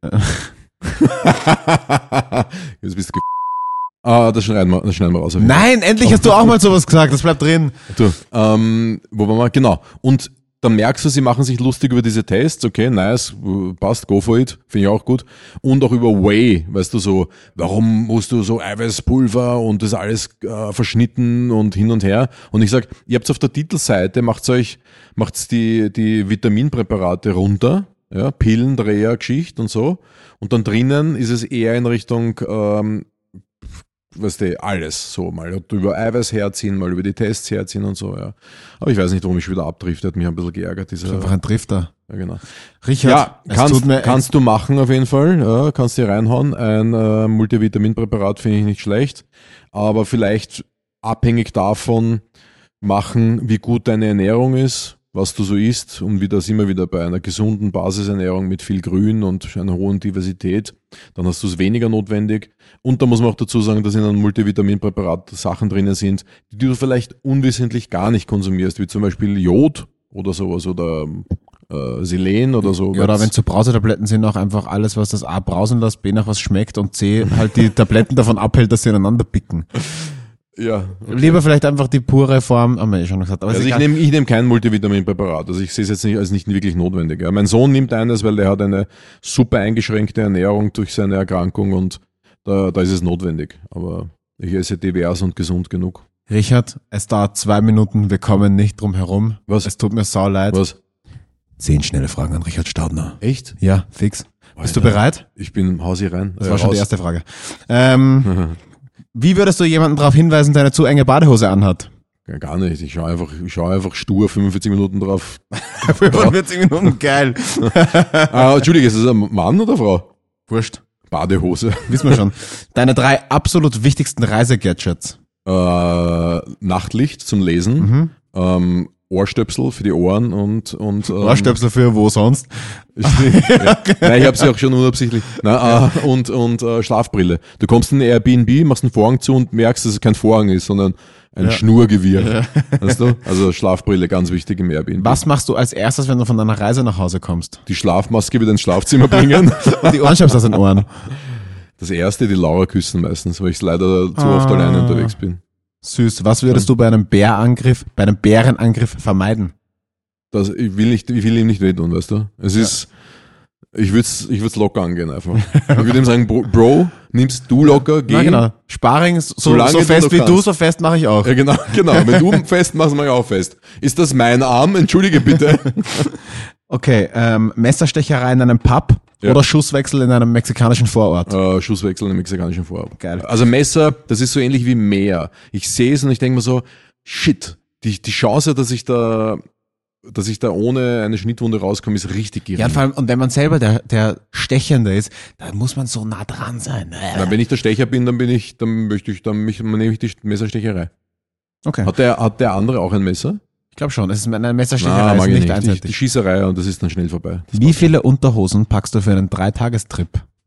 [SPEAKER 1] Jetzt bist du das schneiden wir raus.
[SPEAKER 2] Nein, endlich hast du auch mal sowas gesagt, das bleibt drin.
[SPEAKER 1] Du, wo waren wir? Genau. Und dann merkst du, sie machen sich lustig über diese Tests, okay, nice, passt, go for it, finde ich auch gut. Und auch über Whey, weißt du, so, warum musst du so Eiweißpulver und das alles verschnitten und hin und her. Und ich sag, ihr habt's auf der Titelseite, macht's die Vitaminpräparate runter, ja, Pillendreher, Geschichte und so. Und dann drinnen ist es eher in Richtung, weißt du, alles so, mal über Eiweiß herziehen, mal über die Tests herziehen und so, ja. Aber ich weiß nicht, warum ich wieder abdrifte, hat mich ein bisschen geärgert.
[SPEAKER 2] Das ist einfach ein Drifter.
[SPEAKER 1] Ja, genau.
[SPEAKER 2] Richard,
[SPEAKER 1] kannst du machen auf jeden Fall, ja, kannst dir reinhauen. Ein Multivitaminpräparat finde ich nicht schlecht, aber vielleicht abhängig davon machen, wie gut deine Ernährung ist, was du so isst und da sind wir wieder bei einer gesunden Basisernährung mit viel Grün und einer hohen Diversität, dann hast du es weniger notwendig. Und da muss man auch dazu sagen, dass in einem Multivitaminpräparat Sachen drinnen sind, die du vielleicht unwissentlich gar nicht konsumierst, wie zum Beispiel Jod oder sowas oder Selen oder so.
[SPEAKER 2] Ja, oder wenn es so Brausetabletten sind, auch einfach alles, was das A brausen lässt, B nach was schmeckt und C halt die Tabletten davon abhält, dass sie ineinander picken.
[SPEAKER 1] Ja. Okay.
[SPEAKER 2] Lieber vielleicht einfach die pure Form, haben wir ja schon gesagt. Aber
[SPEAKER 1] also ich nehme kein Multivitaminpräparat, also ich sehe es jetzt nicht als nicht wirklich notwendig. Ja. Mein Sohn nimmt eines, weil der hat eine super eingeschränkte Ernährung durch seine Erkrankung und da ist es notwendig. Aber ich esse divers und gesund genug.
[SPEAKER 2] Richard, es dauert 2 Minuten, wir kommen nicht drum herum.
[SPEAKER 1] Was?
[SPEAKER 2] Es tut mir sau leid.
[SPEAKER 1] Was?
[SPEAKER 2] 10 schnelle Fragen an Richard Staudner.
[SPEAKER 1] Echt?
[SPEAKER 2] Ja, fix.
[SPEAKER 1] Alter.
[SPEAKER 2] Bist du bereit?
[SPEAKER 1] Ich bin Haus hier rein.
[SPEAKER 2] Das war schon die erste Frage. Wie würdest du jemanden darauf hinweisen, der eine zu enge Badehose anhat?
[SPEAKER 1] Ja, gar nicht. Ich schaue einfach stur 45 Minuten drauf.
[SPEAKER 2] 45 Minuten, geil.
[SPEAKER 1] Entschuldige, ist das ein Mann oder Frau?
[SPEAKER 2] Wurscht.
[SPEAKER 1] Badehose.
[SPEAKER 2] Wissen wir schon. Deine 3 absolut wichtigsten Reisegadgets.
[SPEAKER 1] Nachtlicht zum Lesen. Ohrstöpsel für die Ohren und
[SPEAKER 2] Ohrstöpsel für wo sonst?
[SPEAKER 1] Ja. Nein, ich habe sie auch schon unabsichtlich. Und Schlafbrille. Du kommst in ein Airbnb, machst einen Vorhang zu und merkst, dass es kein Vorhang ist, sondern ein Schnurgewirr. Ja. Weißt du? Also Schlafbrille, ganz wichtig im Airbnb.
[SPEAKER 2] Was machst du als erstes, wenn du von deiner Reise nach Hause kommst?
[SPEAKER 1] Die Schlafmaske wieder ins Schlafzimmer bringen.
[SPEAKER 2] Und die Ohrenstöpsel aus den Ohren.
[SPEAKER 1] Das erste, die Laura küssen meistens, weil ich leider zu oft alleine unterwegs bin.
[SPEAKER 2] Süß. Was würdest du bei einem Bärenangriff vermeiden?
[SPEAKER 1] Ich will ihm nicht wehtun, weißt du? Ich würd's locker angehen einfach. Ich würde ihm sagen, Bro, nimmst du locker, geh.
[SPEAKER 2] Ja, genau. Sparring, so fest wie du, so fest mache ich auch.
[SPEAKER 1] Ja, genau. Wenn du fest machst, mach ich auch fest. Ist das mein Arm? Entschuldige bitte.
[SPEAKER 2] Okay, Messerstecherei in einem Pub oder Schusswechsel in einem mexikanischen Vorort?
[SPEAKER 1] Schusswechsel in einem mexikanischen Vorort.
[SPEAKER 2] Geil.
[SPEAKER 1] Also Messer, das ist so ähnlich wie Meer. Ich sehe es und ich denke mir so, shit, die Chance, dass ich da ohne eine Schnittwunde rauskomme, ist richtig gering.
[SPEAKER 2] Ja, und vor allem, und wenn man selber der Stechende ist, dann muss man so nah dran sein.
[SPEAKER 1] Na, wenn ich der Stecher bin, dann nehme ich die Messerstecherei.
[SPEAKER 2] Okay.
[SPEAKER 1] Hat der andere auch ein Messer?
[SPEAKER 2] Ich glaube schon, es ist eine Messerstecherei, ist nicht einseitig.
[SPEAKER 1] Die Schießerei und das ist dann schnell vorbei.
[SPEAKER 2] Wie viele Unterhosen packst du für einen 3-Tagestrip?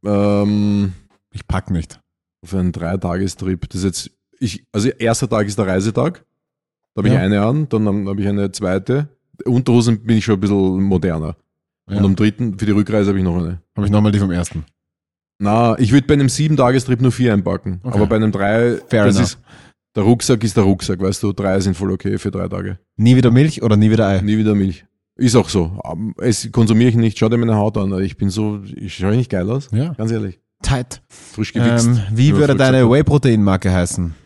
[SPEAKER 2] Ich pack nicht.
[SPEAKER 1] Für einen 3-Tagestrip, das ist jetzt, also erster Tag ist der Reisetag, da habe ich eine an, dann habe ich eine zweite. Unterhosen bin ich schon ein bisschen moderner. Ja. Und am 3. für die Rückreise habe ich noch eine.
[SPEAKER 2] Habe ich nochmal die vom ersten?
[SPEAKER 1] Na, ich würde bei einem 7-Tagestrip nur 4 einpacken. Okay. Aber bei einem 3, der Rucksack ist der Rucksack, weißt du, 3 sind voll okay für 3 Tage.
[SPEAKER 2] Nie wieder Milch oder nie wieder Ei?
[SPEAKER 1] Nie wieder Milch. Ist auch so. Es konsumiere ich nicht, schau dir meine Haut an. Ich schaue nicht geil aus.
[SPEAKER 2] Ja.
[SPEAKER 1] Ganz ehrlich.
[SPEAKER 2] Tight.
[SPEAKER 1] Frisch gewichst.
[SPEAKER 2] Wie würde deine Whey-Protein-Marke heißen?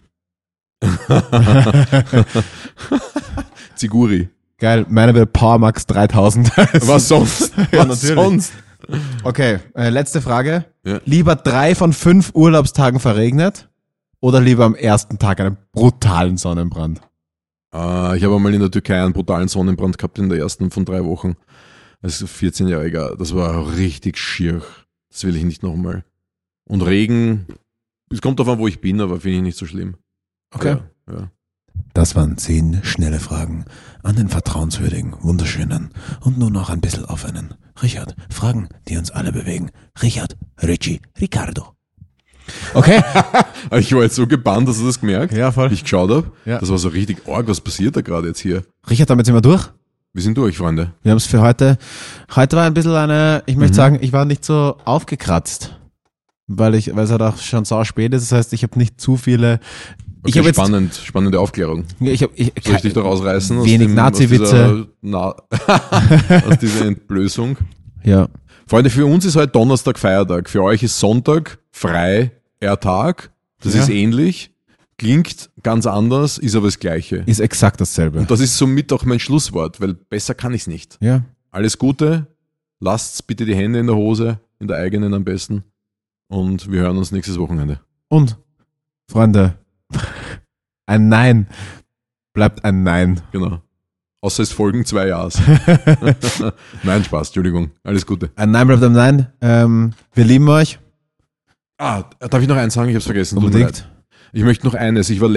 [SPEAKER 1] Ziguri.
[SPEAKER 2] Geil, meine wäre Power Max 3000.
[SPEAKER 1] Was sonst?
[SPEAKER 2] Ja, was sonst? Okay, letzte Frage.
[SPEAKER 1] Ja.
[SPEAKER 2] Lieber 3 von 5 Urlaubstagen verregnet oder lieber am ersten Tag einen brutalen Sonnenbrand?
[SPEAKER 1] Ich habe einmal in der Türkei einen brutalen Sonnenbrand gehabt in der ersten von 3 Wochen. Als 14-Jähriger. Das war richtig schier. Das will ich nicht nochmal. Und Regen, es kommt darauf an, wo ich bin, aber finde ich nicht so schlimm.
[SPEAKER 2] Okay.
[SPEAKER 1] Ja.
[SPEAKER 2] Das waren 10 schnelle Fragen an den vertrauenswürdigen, wunderschönen und nun noch ein bisschen offenen Richard. Fragen, die uns alle bewegen. Richard, Richie, Ricardo. Okay.
[SPEAKER 1] Ich war jetzt so gebannt, hast du das gemerkt?
[SPEAKER 2] Ja, voll.
[SPEAKER 1] Wie ich geschaut habe.
[SPEAKER 2] Ja.
[SPEAKER 1] Das war so richtig arg. Was passiert da gerade jetzt hier?
[SPEAKER 2] Richard, damit sind wir durch.
[SPEAKER 1] Wir sind durch, Freunde.
[SPEAKER 2] Wir haben es für heute. Heute war ein bisschen eine, ich möchte sagen, ich war nicht so aufgekratzt, weil es halt auch schon sau spät ist. Das heißt, ich habe nicht zu viele.
[SPEAKER 1] Okay,
[SPEAKER 2] ich habe
[SPEAKER 1] spannende Aufklärung.
[SPEAKER 2] Soll
[SPEAKER 1] Soll ich dich da rausreißen?
[SPEAKER 2] Wenig Nazi-Witze.
[SPEAKER 1] Aus dieser Entblößung.
[SPEAKER 2] Ja.
[SPEAKER 1] Freunde, für uns ist heute Donnerstag Feiertag. Für euch ist Sonntag frei, Tag. Das
[SPEAKER 2] Ja.
[SPEAKER 1] ist ähnlich. Klingt ganz anders, ist aber das Gleiche.
[SPEAKER 2] Ist exakt dasselbe.
[SPEAKER 1] Und das ist somit auch mein Schlusswort, weil besser kann ich es nicht.
[SPEAKER 2] Ja.
[SPEAKER 1] Alles Gute, lasst bitte die Hände in der Hose, in der eigenen am besten. Und wir hören uns nächstes Wochenende.
[SPEAKER 2] Und, Freunde, ein Nein bleibt ein Nein.
[SPEAKER 1] Genau. Außer es folgen 2 Ja's. Nein, Spaß, Entschuldigung. Alles Gute.
[SPEAKER 2] Ein Nein bleibt ein Nein. Wir lieben euch.
[SPEAKER 1] Darf ich noch eins sagen? Ich habe es vergessen. Tut mir leid.
[SPEAKER 2] Unbedingt.
[SPEAKER 1] Ich möchte noch eines. Ich war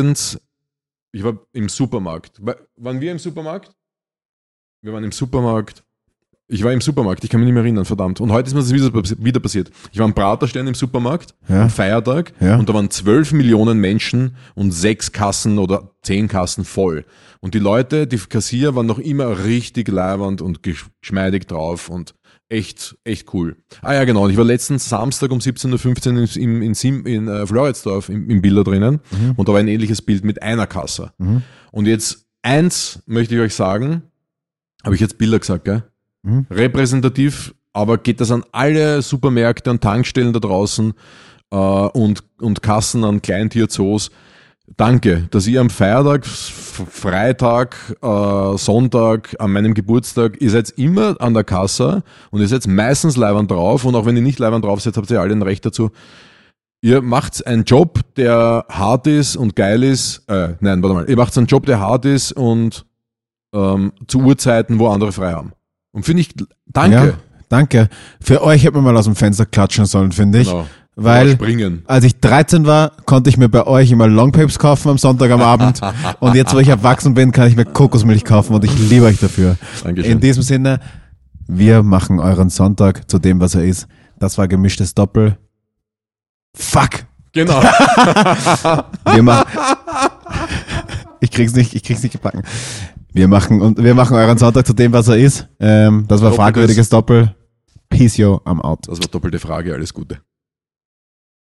[SPEAKER 1] im Supermarkt. Waren wir im Supermarkt? Wir waren im Supermarkt. Ich war im Supermarkt, ich kann mich nicht mehr erinnern, verdammt. Und heute ist mir das wieder passiert. Ich war am Praterstern im Supermarkt, am Feiertag, und da waren 12 Millionen Menschen und 6 Kassen oder 10 Kassen voll. Und die Leute, die Kassier, waren noch immer richtig leibernd und geschmeidig drauf und echt cool. Ja, genau. Und ich war letzten Samstag um 17.15 Uhr in Floridsdorf im Bilder drinnen, und da war ein ähnliches Bild mit einer Kasse. Und jetzt eins möchte ich euch sagen, habe ich jetzt Bilder gesagt, gell? Repräsentativ, aber geht das an alle Supermärkte und Tankstellen da draußen und Kassen an Kleintierzoos. Danke, dass ihr am Feiertag, Freitag, Sonntag, an meinem Geburtstag, ihr seid immer an der Kasse und ihr seid meistens leibend drauf, und auch wenn ihr nicht leibend drauf seid, habt ihr alle ein Recht dazu. Ihr macht einen Job, der hart ist und geil ist. Ihr macht einen Job, der hart ist und zu Uhrzeiten, wo andere frei haben. Und finde ich, danke.
[SPEAKER 2] Ja, danke. Für euch hätte man mal aus dem Fenster klatschen sollen, finde ich.
[SPEAKER 1] Genau.
[SPEAKER 2] Weil,
[SPEAKER 1] springen.
[SPEAKER 2] als ich 13 war, konnte ich mir bei euch immer Longpapes kaufen am Sonntag am Abend. Und jetzt, wo ich erwachsen bin, kann ich mir Kokosmilch kaufen, und ich liebe euch dafür.
[SPEAKER 1] Dankeschön.
[SPEAKER 2] In diesem Sinne, wir machen euren Sonntag zu dem, was er ist. Das war gemischtes Doppel. Fuck!
[SPEAKER 1] Genau.
[SPEAKER 2] Wir machen. Ich krieg's nicht gebacken. Wir machen euren Sonntag zu dem, was er ist. Das war fragwürdiges Doppel. Peace, yo, I'm out.
[SPEAKER 1] Das war doppelte Frage, alles Gute.